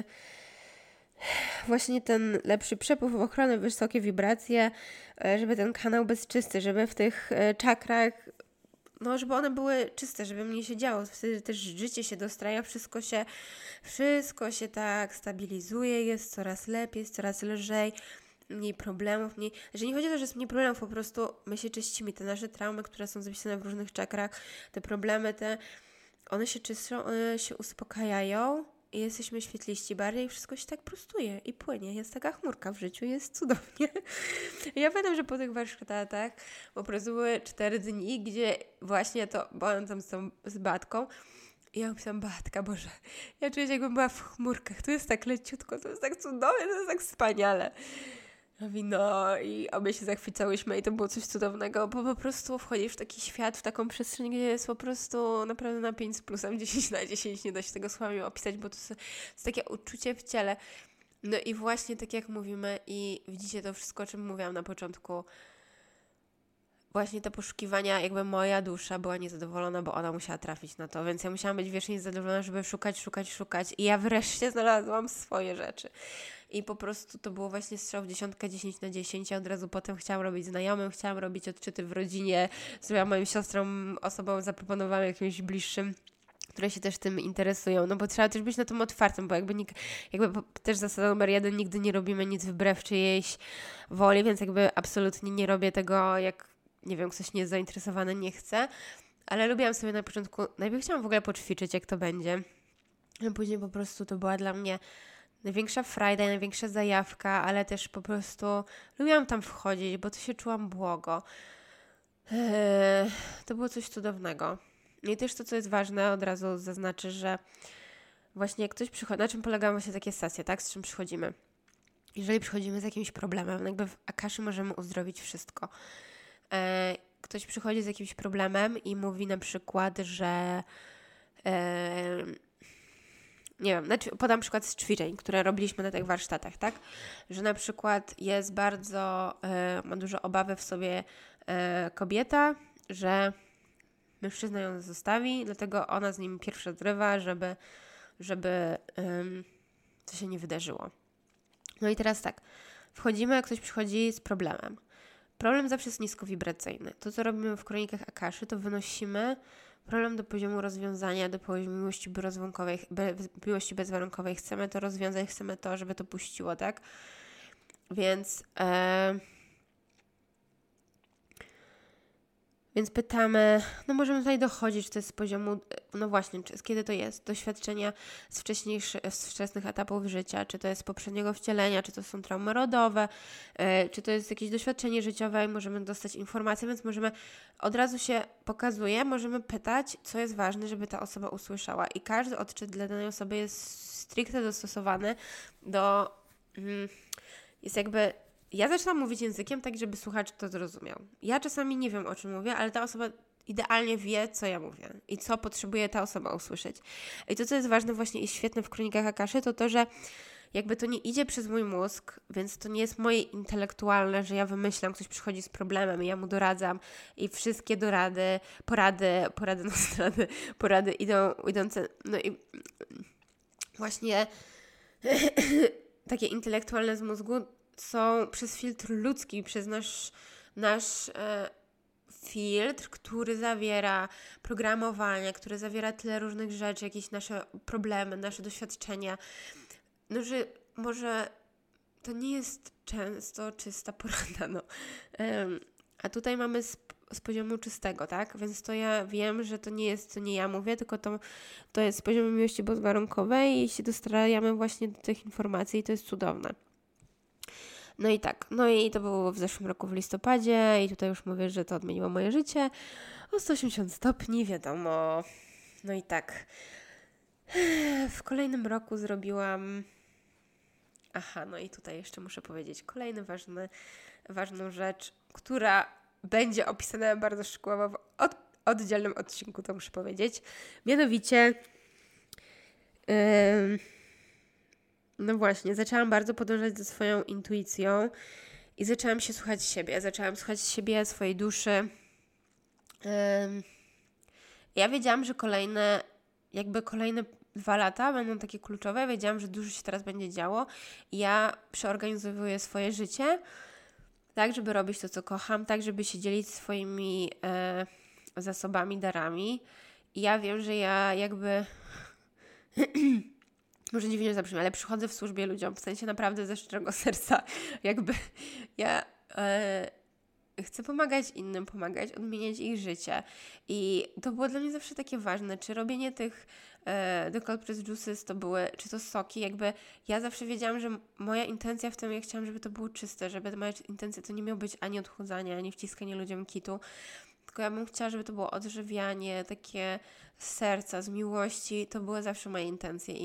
właśnie ten lepszy przepływ, ochronę, wysokie wibracje, żeby ten kanał był czysty, żeby w tych czakrach żeby one były czyste, żeby mniej się działo. Wtedy też życie się dostraja, wszystko się tak stabilizuje, jest coraz lepiej, jest coraz lżej, mniej problemów, że nie chodzi o to, że jest mniej problemów, po prostu my się czyścimy. Te nasze traumy, które są zapisane w różnych czakrach, te problemy, one się czyszczą, one się uspokajają i jesteśmy świetliści bardziej i wszystko się tak prostuje i płynie. Jest taka chmurka w życiu, jest cudownie. Ja pamiętam, że po tych warsztatach po prostu były 4 dni, gdzie właśnie byłam tam z Batką i ja pisałam: Batka, Boże, ja czuję się, jakbym była w chmurkach. Tu jest tak leciutko, to jest tak cudownie, to jest tak wspaniale. No i obie się zachwycałyśmy i to było coś cudownego, bo po prostu wchodzisz w taki świat, w taką przestrzeń, gdzie jest po prostu naprawdę na 5 z plusem, 10 na 10, nie da się tego słowami opisać, bo to jest takie uczucie w ciele. No i właśnie tak jak mówimy i widzicie to wszystko, o czym mówiłam na początku, właśnie te poszukiwania, jakby moja dusza była niezadowolona, bo ona musiała trafić na to, więc ja musiałam być wiecznie niezadowolona, żeby szukać i ja wreszcie znalazłam swoje rzeczy. I po prostu to było właśnie strzał w dziesiątkę, 10 na 10. Ja od razu potem chciałam robić znajomym, chciałam robić odczyty w rodzinie, zrobiłam moim siostrom, osobom zaproponowałam jakimś bliższym, które się też tym interesują, no bo trzeba też być na tym otwartym, bo jakby też zasada numer 1, nigdy nie robimy nic wbrew czyjejś woli, więc jakby absolutnie nie robię tego, jak, nie wiem, ktoś nie jest zainteresowany, nie chce, ale lubiłam sobie na początku, najpierw chciałam w ogóle poćwiczyć, jak to będzie, a później po prostu to była dla mnie największa frajda, największa zajawka, ale też po prostu lubiłam tam wchodzić, bo to się czułam błogo. To było coś cudownego. I też to, co jest ważne, od razu zaznaczę, że właśnie jak ktoś przychodzi, na czym polegają właśnie takie sesje, tak? Z czym przychodzimy? Jeżeli przychodzimy z jakimś problemem, jakby w Akaszy możemy uzdrowić wszystko. Ktoś przychodzi z jakimś problemem i mówi na przykład, że nie wiem, podam przykład z ćwiczeń, które robiliśmy na tych warsztatach, tak? Że na przykład jest bardzo, ma dużo obawy w sobie kobieta, że mężczyzna ją zostawi, dlatego ona z nim pierwsza zrywa, żeby to się nie wydarzyło. No i teraz tak, wchodzimy, jak ktoś przychodzi z problemem. Problem zawsze jest niskowibracyjny. To, co robimy w kronikach Akaszy, to wynosimy problem do poziomu rozwiązania, do poziomu miłości bezwarunkowej. Chcemy to rozwiązać, chcemy to, żeby to puściło, tak? Więc pytamy, no możemy tutaj dochodzić, czy to jest z poziomu, no właśnie, kiedy to jest? Doświadczenia z wczesnych etapów życia, czy to jest z poprzedniego wcielenia, czy to są traumy rodowe, czy to jest jakieś doświadczenie życiowe i możemy dostać informacje, więc od razu się pokazuje, możemy pytać, co jest ważne, żeby ta osoba usłyszała. I każdy odczyt dla danej osoby jest stricte dostosowany jest jakby. Ja zaczynam mówić językiem tak, żeby słuchacz to zrozumiał. Ja czasami nie wiem, o czym mówię, ale ta osoba idealnie wie, co ja mówię i co potrzebuje ta osoba usłyszeć. I to, co jest ważne właśnie i świetne w kronikach Akaszy, to, że jakby to nie idzie przez mój mózg, więc to nie jest moje intelektualne, że ja wymyślam, ktoś przychodzi z problemem i ja mu doradzam i wszystkie porady idące, no i właśnie takie intelektualne z mózgu są przez filtr ludzki, przez nasz filtr, który zawiera programowanie, który zawiera tyle różnych rzeczy, jakieś nasze problemy, nasze doświadczenia, no że może to nie jest często czysta porada, a tutaj mamy z poziomu czystego, tak? Więc to ja wiem, że to nie jest, co nie ja mówię, tylko to jest z poziomu miłości bezwarunkowej i się dostaramy właśnie do tych informacji i to jest cudowne. No i tak, no i to było w zeszłym roku w listopadzie i tutaj już mówię, że to odmieniło moje życie o 180 stopni, wiadomo. No i tak, w kolejnym roku zrobiłam, no i tutaj jeszcze muszę powiedzieć kolejną ważną rzecz, która będzie opisana bardzo szczegółowo w oddzielnym odcinku, to muszę powiedzieć. Mianowicie no właśnie, zaczęłam bardzo podążać za swoją intuicją i zaczęłam się słuchać siebie. Zaczęłam słuchać siebie, swojej duszy. Ja wiedziałam, że kolejne 2 lata będą takie kluczowe. Wiedziałam, że dużo się teraz będzie działo i ja przeorganizowuję swoje życie tak, żeby robić to, co kocham, tak, żeby się dzielić swoimi zasobami, darami. I ja wiem, że ja jakby może dziwnie zabrzmi, ale przychodzę w służbie ludziom, w sensie naprawdę ze szczerego serca, jakby ja chcę pomagać innym, odmieniać ich życie i to było dla mnie zawsze takie ważne, czy robienie tych The Cold Press Juices czy to soki, jakby ja zawsze wiedziałam, że moja intencja w tym, ja chciałam, żeby to było czyste, żeby moja intencja to nie miało być ani odchudzanie, ani wciskanie ludziom kitu, tylko ja bym chciała, żeby to było odżywianie, takie z serca, z miłości, to były zawsze moje intencje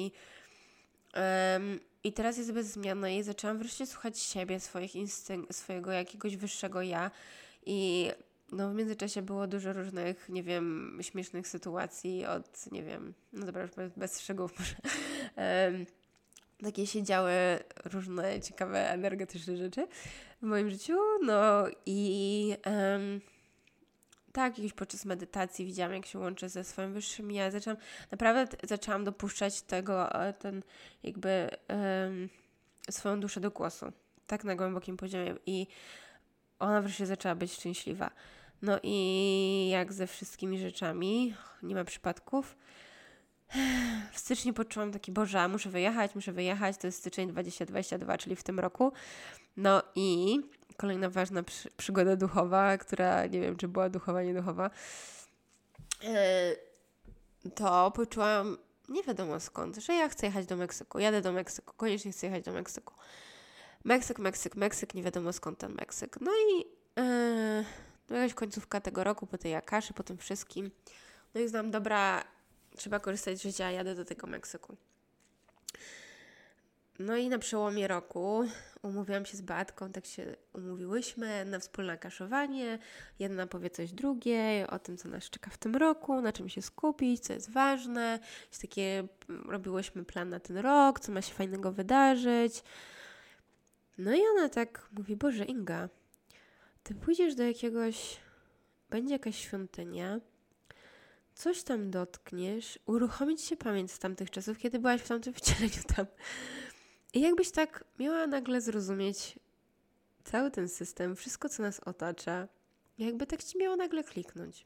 i teraz jest bezmienna i zaczęłam wreszcie słuchać siebie, swojego jakiegoś wyższego ja i no w międzyczasie było dużo różnych, nie wiem, śmiesznych sytuacji nie wiem, no dobra, już bez szczegółów może, takie się działy różne ciekawe, energetyczne rzeczy w moim życiu, no i tak, jakiś podczas medytacji widziałam, jak się łączę ze swoim wyższym ja. Zaczęłam dopuszczać swoją duszę do głosu. Tak na głębokim poziomie. I ona wreszcie zaczęła być szczęśliwa. No i jak ze wszystkimi rzeczami, nie ma przypadków. W styczniu poczułam taki, Boże, muszę wyjechać, to jest styczeń 2022, czyli w tym roku. No i kolejna ważna przygoda duchowa, która nie wiem, czy była duchowa, nieduchowa, to poczułam nie wiadomo skąd, że ja chcę jechać do Meksyku. Jadę do Meksyku, koniecznie chcę jechać do Meksyku. Meksyk, nie wiadomo skąd ten Meksyk. No i jakaś końcówka tego roku, po tej Akaszy, po tym wszystkim. No i znam, dobra, trzeba korzystać z życia, jadę do tego Meksyku. No i na przełomie roku umówiłam się z Beatką, tak się umówiłyśmy na wspólne kaszowanie. Jedna powie coś drugiej, o tym, co nas czeka w tym roku, na czym się skupić, co jest ważne. Robiłyśmy plan na ten rok, co ma się fajnego wydarzyć. No i ona tak mówi, Boże, Inga, ty pójdziesz do będzie jakaś świątynia, coś tam dotkniesz, uruchomić się pamięć z tamtych czasów, kiedy byłaś w tamtym wcieleniu tam. I jakbyś tak miała nagle zrozumieć cały ten system, wszystko, co nas otacza, jakby tak ci miało nagle kliknąć.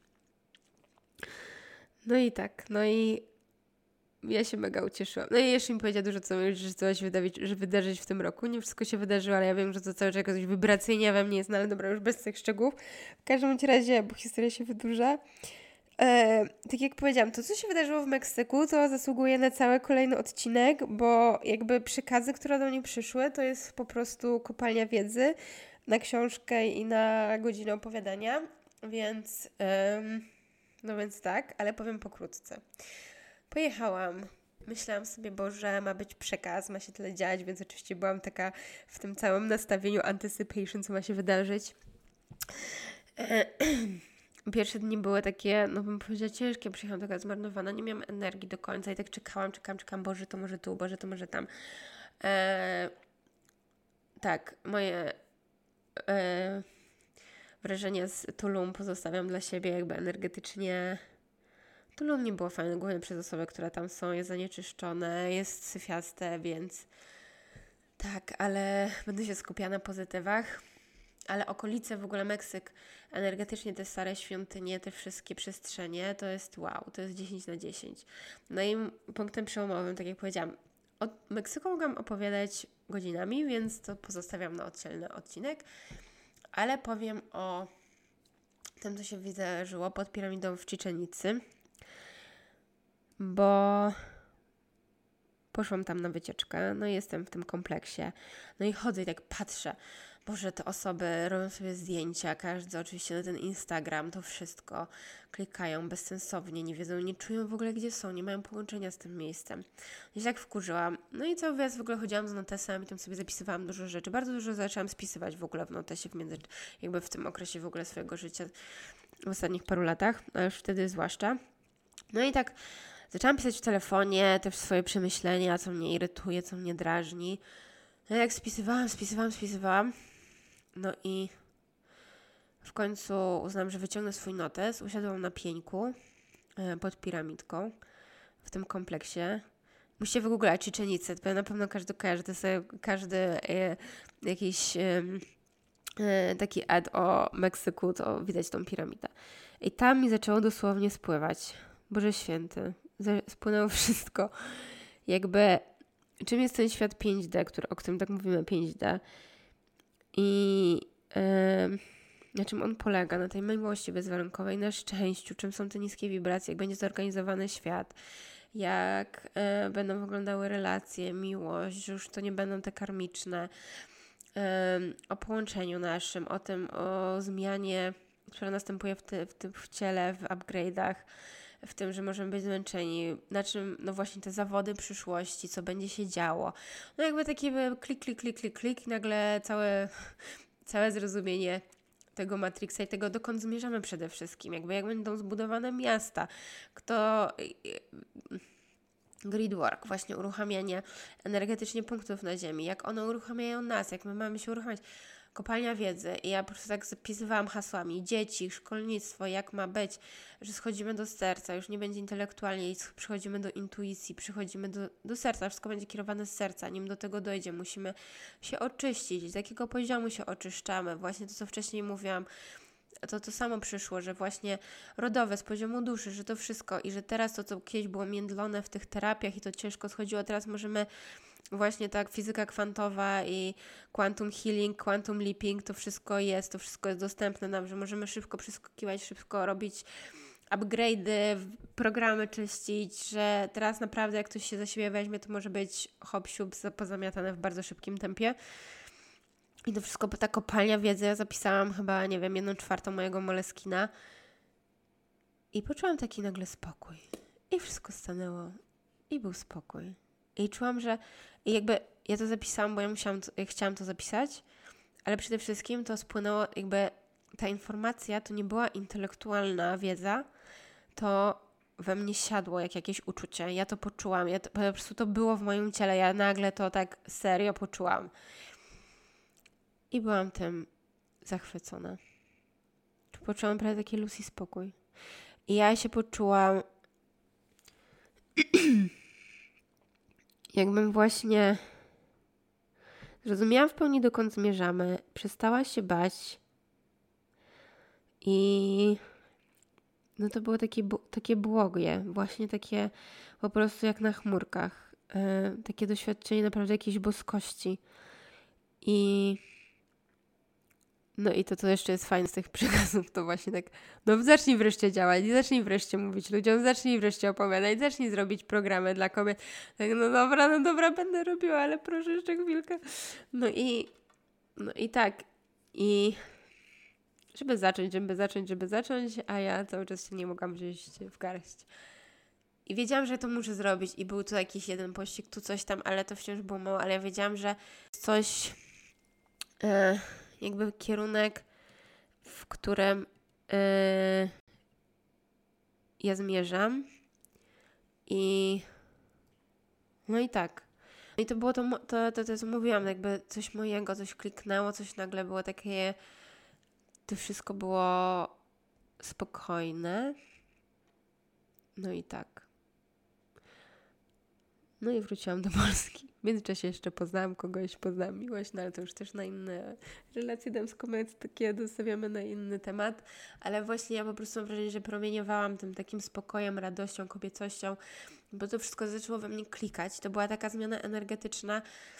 No i ja się mega ucieszyłam. No i jeszcze mi powiedziała dużo, co trzeba się wydarzyć w tym roku. Nie wszystko się wydarzyło, ale ja wiem, że to cały czas jakoś wibracyjnie we mnie jest, no ale dobra, już bez tych szczegółów. W każdym razie, bo historia się wydłuża. Tak jak powiedziałam, to co się wydarzyło w Meksyku, to zasługuje na cały kolejny odcinek, bo jakby przekazy, które do mnie przyszły, to jest po prostu kopalnia wiedzy na książkę i na godzinę opowiadania, więc tak, ale powiem pokrótce. Pojechałam, myślałam sobie, Boże, ma być przekaz, ma się tyle dziać, więc oczywiście byłam taka w tym całym nastawieniu anticipation, co ma się wydarzyć. Pierwsze dni były takie, no bym powiedziała, ciężkie, przyjechałam taka zmarnowana, nie miałam energii do końca i tak czekałam, Boże, to może tu, Boże, to może tam. Tak, moje wrażenia z Tulum pozostawiam dla siebie jakby energetycznie. Tulum nie było fajne, głównie przez osoby, które tam są, jest zanieczyszczone, jest syfiaste, więc tak, ale będę się skupiała na pozytywach. Ale okolice, w ogóle Meksyk, energetycznie te stare świątynie, te wszystkie przestrzenie, to jest wow, to jest 10 na 10. No i punktem przełomowym, tak jak powiedziałam, o Meksyku mogłam opowiadać godzinami, więc to pozostawiam na oddzielny odcinek, ale powiem o tym, co się wydarzyło pod piramidą w Chichen Itzy, bo poszłam tam na wycieczkę, no i jestem w tym kompleksie, no i chodzę i tak patrzę, Boże, te osoby robią sobie zdjęcia, każdy oczywiście na ten Instagram, to wszystko, klikają bezsensownie, nie wiedzą, nie czują w ogóle gdzie są, nie mają połączenia z tym miejscem. Ja się tak wkurzyłam, no i cały wyjazd w ogóle chodziłam z notesem i tam sobie zapisywałam dużo rzeczy, bardzo dużo zaczęłam spisywać w ogóle w notesie jakby w tym okresie w ogóle swojego życia, w ostatnich paru latach, a już wtedy zwłaszcza. No i tak zaczęłam pisać w telefonie też swoje przemyślenia, co mnie irytuje, co mnie drażni. No jak spisywałam, no i w końcu uznałam, że wyciągnę swój notes. Usiadłam na pieńku pod piramidką w tym kompleksie. Musicie wygooglać Chichen Itzę, to na pewno każdy kojarzy. To jest każdy jakiś taki ad o Meksyku, to widać tą piramidę. I tam mi zaczęło dosłownie spływać. Boże święty. Spłynęło wszystko. Jakby czym jest ten świat 5D, o którym tak mówimy, 5D? I na czym on polega? Na tej miłości bezwarunkowej, na szczęściu, czym są te niskie wibracje, jak będzie zorganizowany świat, jak będą wyglądały relacje, miłość, że już to nie będą te karmiczne, o połączeniu naszym, o zmianie, która następuje w ciele, w upgrade'ach, w tym, że możemy być zmęczeni, na czym, no właśnie te zawody przyszłości, co będzie się działo. No jakby taki klik i nagle całe zrozumienie tego Matrixa i tego, dokąd zmierzamy przede wszystkim. Jakby jak będą zbudowane miasta, gridwork, właśnie uruchamianie energetycznie punktów na Ziemi, jak one uruchamiają nas, jak my mamy się uruchamiać. kopalnia wiedzy i ja po prostu tak zapisywałam hasłami dzieci, szkolnictwo, jak ma być, że schodzimy do serca, już nie będzie intelektualnie, przychodzimy do intuicji, przychodzimy do serca, wszystko będzie kierowane z serca, nim do tego dojdzie, musimy się oczyścić, z jakiego poziomu się oczyszczamy, właśnie to, co wcześniej mówiłam, to samo przyszło, że właśnie rodowe z poziomu duszy, że to wszystko i że teraz to, co kiedyś było międlone w tych terapiach i to ciężko schodziło, teraz możemy właśnie tak fizyka kwantowa i quantum healing, quantum leaping, to wszystko jest dostępne nam, że możemy szybko przeskakiwać, szybko robić upgrade'y, programy czyścić, że teraz naprawdę jak ktoś się za siebie weźmie, to może być hop siup pozamiatane w bardzo szybkim tempie. I to wszystko, ta kopalnia wiedzy, ja zapisałam chyba, nie wiem, 1/4 mojego Moleskina i poczułam taki nagle spokój. I wszystko stanęło. I był spokój. I czułam, że i jakby ja to zapisałam, bo ja chciałam to zapisać, ale przede wszystkim to spłynęło, jakby ta informacja to nie była intelektualna wiedza, to we mnie siadło jak jakieś uczucie. Ja to poczułam, po prostu to było w moim ciele. Ja nagle to tak serio poczułam. I byłam tym zachwycona. Poczułam prawie taki Lucy spokój. I ja się poczułam jakbym właśnie zrozumiałam w pełni, dokąd zmierzamy. Przestała się bać. I no to było takie błogie. Właśnie takie po prostu jak na chmurkach. Takie doświadczenie naprawdę jakiejś boskości. No i to, co jeszcze jest fajne z tych przekazów, to właśnie tak, no zacznij wreszcie działać, zacznij wreszcie mówić ludziom, zacznij wreszcie opowiadać, zacznij zrobić programy dla kobiet. Tak, no dobra, będę robiła, ale proszę jeszcze chwilkę. No i tak, i żeby zacząć, a ja cały czas się nie mogłam wziąć w garść. I wiedziałam, że to muszę zrobić i był tu jakiś jeden pościg, tu coś tam, ale to wciąż było mało, ale ja wiedziałam, że coś... jakby kierunek, w którym ja zmierzam i no i tak. I to było to co mówiłam, jakby coś mojego, coś kliknęło, coś nagle było takie, to wszystko było spokojne. No i tak. No i wróciłam do Polski. W międzyczasie jeszcze poznałam miłość, no ale to już też na inne relacje damsko-męskie, takie dostawiamy na inny temat. Ale właśnie ja po prostu mam wrażenie, że promieniowałam tym takim spokojem, radością, kobiecością, bo to wszystko zaczęło we mnie klikać. To była taka zmiana energetyczna.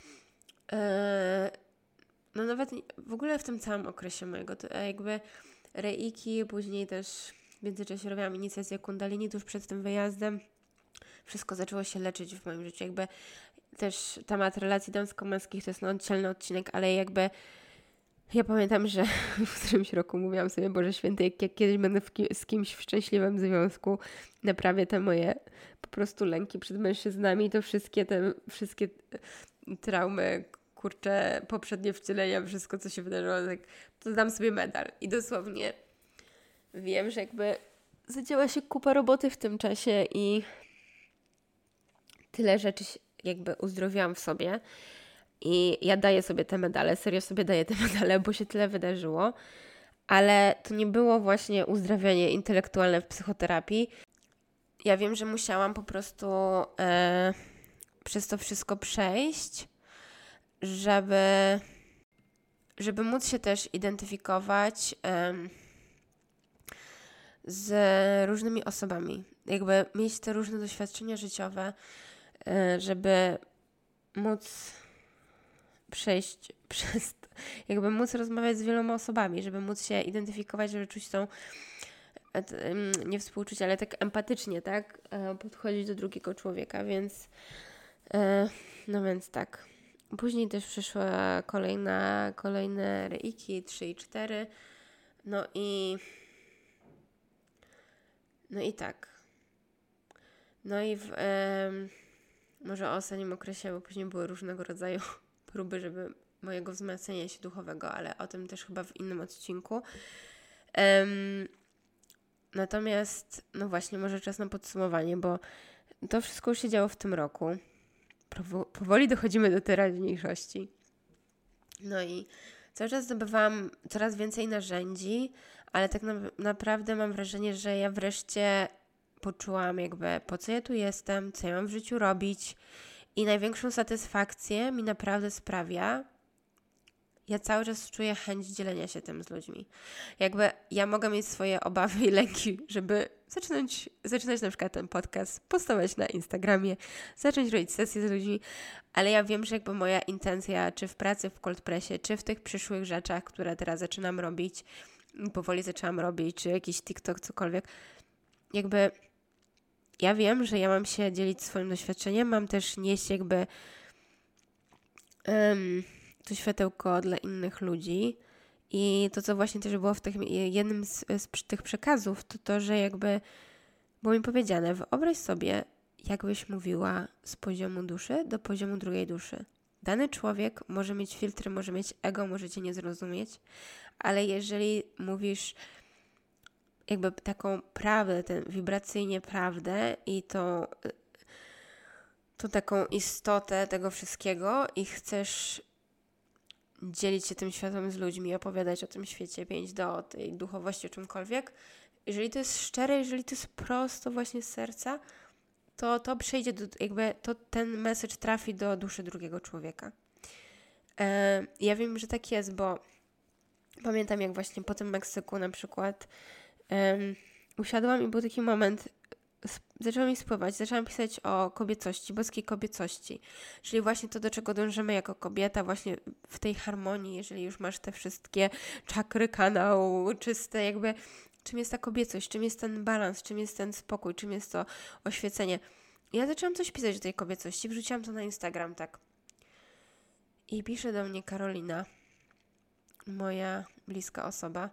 No nawet w ogóle w tym całym okresie mojego, to jakby reiki, później też w międzyczasie robiłam inicjację kundalini tuż przed tym wyjazdem. Wszystko zaczęło się leczyć w moim życiu. Jakby też temat relacji damsko-męskich to jest oddzielny odcinek, ale jakby ja pamiętam, że w którymś roku mówiłam sobie, Boże Święty, jak kiedyś będę z kimś w szczęśliwym związku, naprawię te moje po prostu lęki przed mężczyznami, to wszystkie traumy, kurcze, poprzednie wcielenia, wszystko co się wydarzyło, tak, to dam sobie medal. I dosłownie wiem, że jakby zadziała się kupa roboty w tym czasie i tyle rzeczy jakby uzdrowiłam w sobie i ja daję sobie te medale, serio sobie daję te medale, bo się tyle wydarzyło, ale to nie było właśnie uzdrawianie intelektualne w psychoterapii. Ja wiem, że musiałam po prostu przez to wszystko przejść, żeby móc się też identyfikować z różnymi osobami. Jakby mieć te różne doświadczenia życiowe, żeby móc przejść przez to, jakby móc rozmawiać z wieloma osobami, żeby móc się identyfikować, żeby czuć tą, nie współczuć, ale tak empatycznie, tak, podchodzić do drugiego człowieka, więc no więc tak. Później też przyszła kolejne reiki, 3 i 4, no i tak. No i może o ostatnim okresie, bo później były różnego rodzaju próby, żeby mojego wzmacniania się duchowego, ale o tym też chyba w innym odcinku. Natomiast, no właśnie, może czas na podsumowanie, bo to wszystko już się działo w tym roku. Powoli dochodzimy do teraźniejszości. No i Cały czas zdobywam coraz więcej narzędzi, ale tak naprawdę mam wrażenie, że ja wreszcie poczułam jakby po co ja tu jestem, co ja mam w życiu robić i największą satysfakcję mi naprawdę sprawia, ja cały czas czuję chęć dzielenia się tym z ludźmi. Jakby ja mogę mieć swoje obawy i lęki, żeby zaczynać na przykład ten podcast, postować na Instagramie, zacząć robić sesje z ludźmi, ale ja wiem, że jakby moja intencja, czy w pracy w Cold Pressie, czy w tych przyszłych rzeczach, które teraz zaczynam robić, powoli zaczęłam robić, czy jakiś TikTok, cokolwiek, jakby ja wiem, że ja mam się dzielić swoim doświadczeniem, mam też nieść jakby to światełko dla innych ludzi i to, co właśnie też było w jednym z tych przekazów, to, że jakby było mi powiedziane, wyobraź sobie, jakbyś mówiła z poziomu duszy do poziomu drugiej duszy. Dany człowiek może mieć filtry, może mieć ego, może cię nie zrozumieć, ale jeżeli mówisz jakby taką prawdę, wibracyjnie prawdę i tą taką istotę tego wszystkiego i chcesz dzielić się tym światem z ludźmi, opowiadać o tym świecie 5D, o tej duchowości, o czymkolwiek, jeżeli to jest szczere, jeżeli to jest prosto właśnie z serca, to przejdzie ten message trafi do duszy drugiego człowieka. Ja wiem, że tak jest, bo pamiętam jak właśnie po tym Meksyku na przykład usiadłam i był taki moment, zaczęłam mi spływać, zaczęłam pisać o kobiecości, boskiej kobiecości, czyli właśnie to, do czego dążymy jako kobieta, właśnie w tej harmonii, jeżeli już masz te wszystkie czakry kanału czyste, jakby czym jest ta kobiecość, czym jest ten balans, czym jest ten spokój, czym jest to oświecenie. I ja zaczęłam coś pisać o tej kobiecości, wrzuciłam to na Instagram, tak. I pisze do mnie Karolina, moja bliska osoba,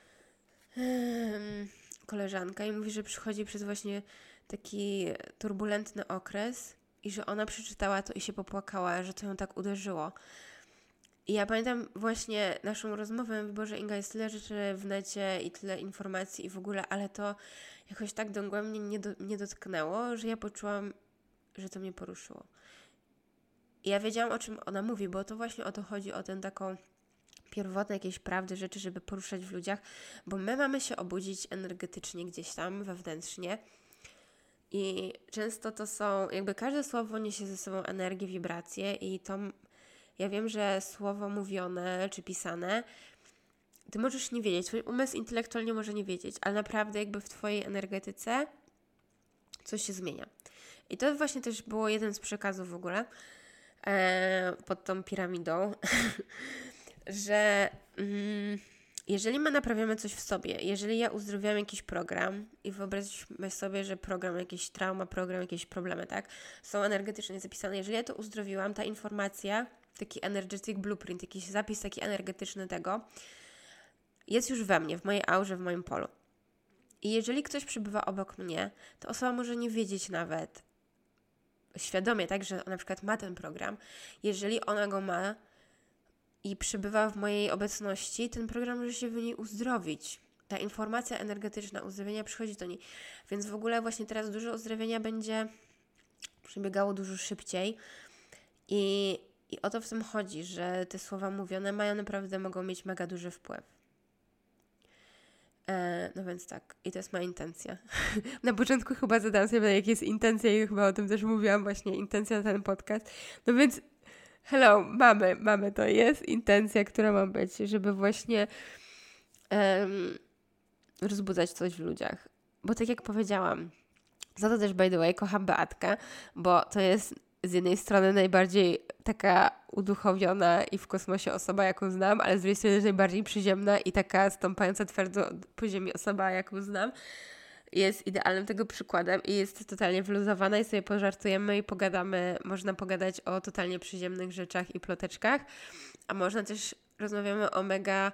koleżanka i mówi, że przychodzi przez właśnie taki turbulentny okres i że ona przeczytała to i się popłakała, że to ją tak uderzyło. I ja pamiętam właśnie naszą rozmowę, bo że Inga jest tyle rzeczy w necie i tyle informacji i w ogóle, ale to jakoś tak dogłębnie nie dotknęło, że ja poczułam, że to mnie poruszyło. I ja wiedziałam, o czym ona mówi, bo to właśnie o to chodzi, o tę taką pierwotne jakieś prawdy, rzeczy, żeby poruszać w ludziach, bo my mamy się obudzić energetycznie gdzieś tam, wewnętrznie i często to są, jakby każde słowo niesie ze sobą energię, wibrację i to, ja wiem, że słowo mówione czy pisane, ty możesz nie wiedzieć, twój umysł intelektualnie może nie wiedzieć, ale naprawdę jakby w twojej energetyce coś się zmienia. I to właśnie też było jeden z przekazów w ogóle pod tą piramidą, że jeżeli my naprawiamy coś w sobie, jeżeli ja uzdrowiłam jakiś program i wyobraźmy sobie, że program, jakiś trauma, program, jakieś problemy, tak, są energetycznie zapisane, jeżeli ja to uzdrowiłam, ta informacja, taki energetic blueprint, jakiś zapis taki energetyczny tego, jest już we mnie, w mojej aurze, w moim polu. I jeżeli ktoś przybywa obok mnie, to osoba może nie wiedzieć nawet świadomie, tak, że na przykład ma ten program. Jeżeli ona go ma i przybywa w mojej obecności, ten program może się w niej uzdrowić. Ta informacja energetyczna uzdrowienia przychodzi do niej. Więc w ogóle właśnie teraz dużo uzdrowienia będzie przebiegało dużo szybciej. I o to w tym chodzi, że te słowa mówione mogą mieć mega duży wpływ. No więc tak, i to jest moja intencja. Na początku chyba zadałam sobie pytanie, jaka jest intencja i chyba o tym też mówiłam, właśnie intencja na ten podcast. No więc hello, mamy to, jest intencja, która ma być, żeby właśnie rozbudzać coś w ludziach. Bo tak jak powiedziałam, za to też by the way kocham Beatkę, bo to jest z jednej strony najbardziej taka uduchowiona i w kosmosie osoba, jaką znam, ale z drugiej strony najbardziej przyziemna i taka stąpająca twardo po ziemi osoba, jaką znam. Jest idealnym tego przykładem i jest totalnie wyluzowana i sobie pożartujemy i pogadamy, można pogadać o totalnie przyziemnych rzeczach i ploteczkach, a można też rozmawiamy o mega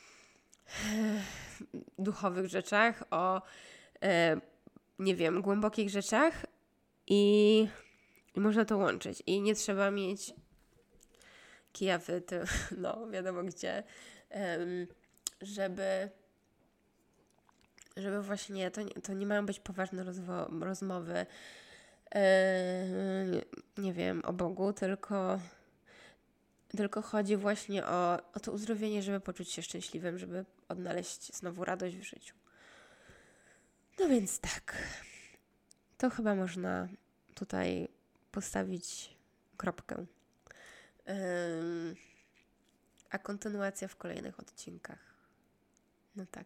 duchowych rzeczach, o nie wiem, głębokich rzeczach i można to łączyć. I nie trzeba mieć kija no wiadomo gdzie, żeby właśnie, to nie mają być poważne rozmowy, nie wiem, o Bogu, tylko tylko chodzi właśnie o to uzdrowienie, żeby poczuć się szczęśliwym, żeby odnaleźć znowu radość w życiu. No więc tak, to chyba można tutaj postawić kropkę. A kontynuacja w kolejnych odcinkach. No tak.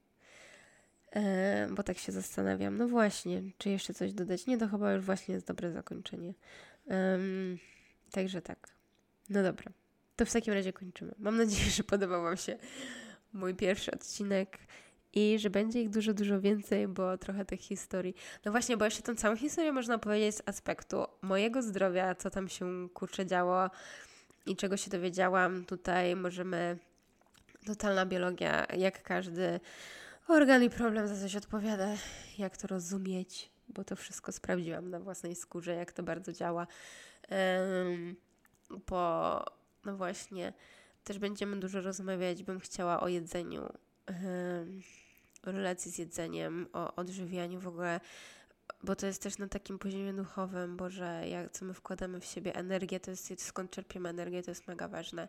Bo tak się zastanawiam. No właśnie, czy jeszcze coś dodać? Nie, to chyba już właśnie jest dobre zakończenie. Także tak. No dobra. To w takim razie kończymy. Mam nadzieję, że podobał Wam się mój pierwszy odcinek i że będzie ich dużo, dużo więcej, bo trochę tych historii. No właśnie, bo jeszcze tę całą historię można powiedzieć z aspektu mojego zdrowia, co tam się działo i czego się dowiedziałam. Tutaj możemy totalna biologia, jak każdy organ i problem za coś odpowiada, jak to rozumieć, bo to wszystko sprawdziłam na własnej skórze, jak to bardzo działa. Bo no właśnie, też będziemy dużo rozmawiać, bym chciała o jedzeniu, o relacji z jedzeniem, o odżywianiu w ogóle, bo to jest też na takim poziomie duchowym, bo że co my wkładamy w siebie, energię, to jest skąd czerpiemy energię, to jest mega ważne.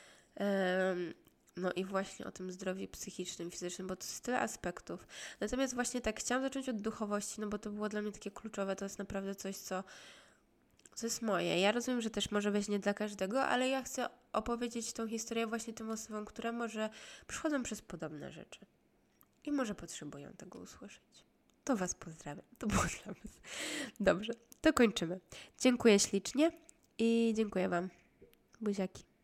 No i właśnie o tym zdrowiu psychicznym, fizycznym, bo to jest tyle aspektów. Natomiast właśnie tak, chciałam zacząć od duchowości, no bo to było dla mnie takie kluczowe, to jest naprawdę coś, co jest moje. Ja rozumiem, że też może być nie dla każdego, ale ja chcę opowiedzieć tą historię właśnie tym osobom, które może przychodzą przez podobne rzeczy i może potrzebują tego usłyszeć. To Was pozdrawiam. To było dla Was. Dobrze, to kończymy. Dziękuję ślicznie i dziękuję Wam. Buziaki.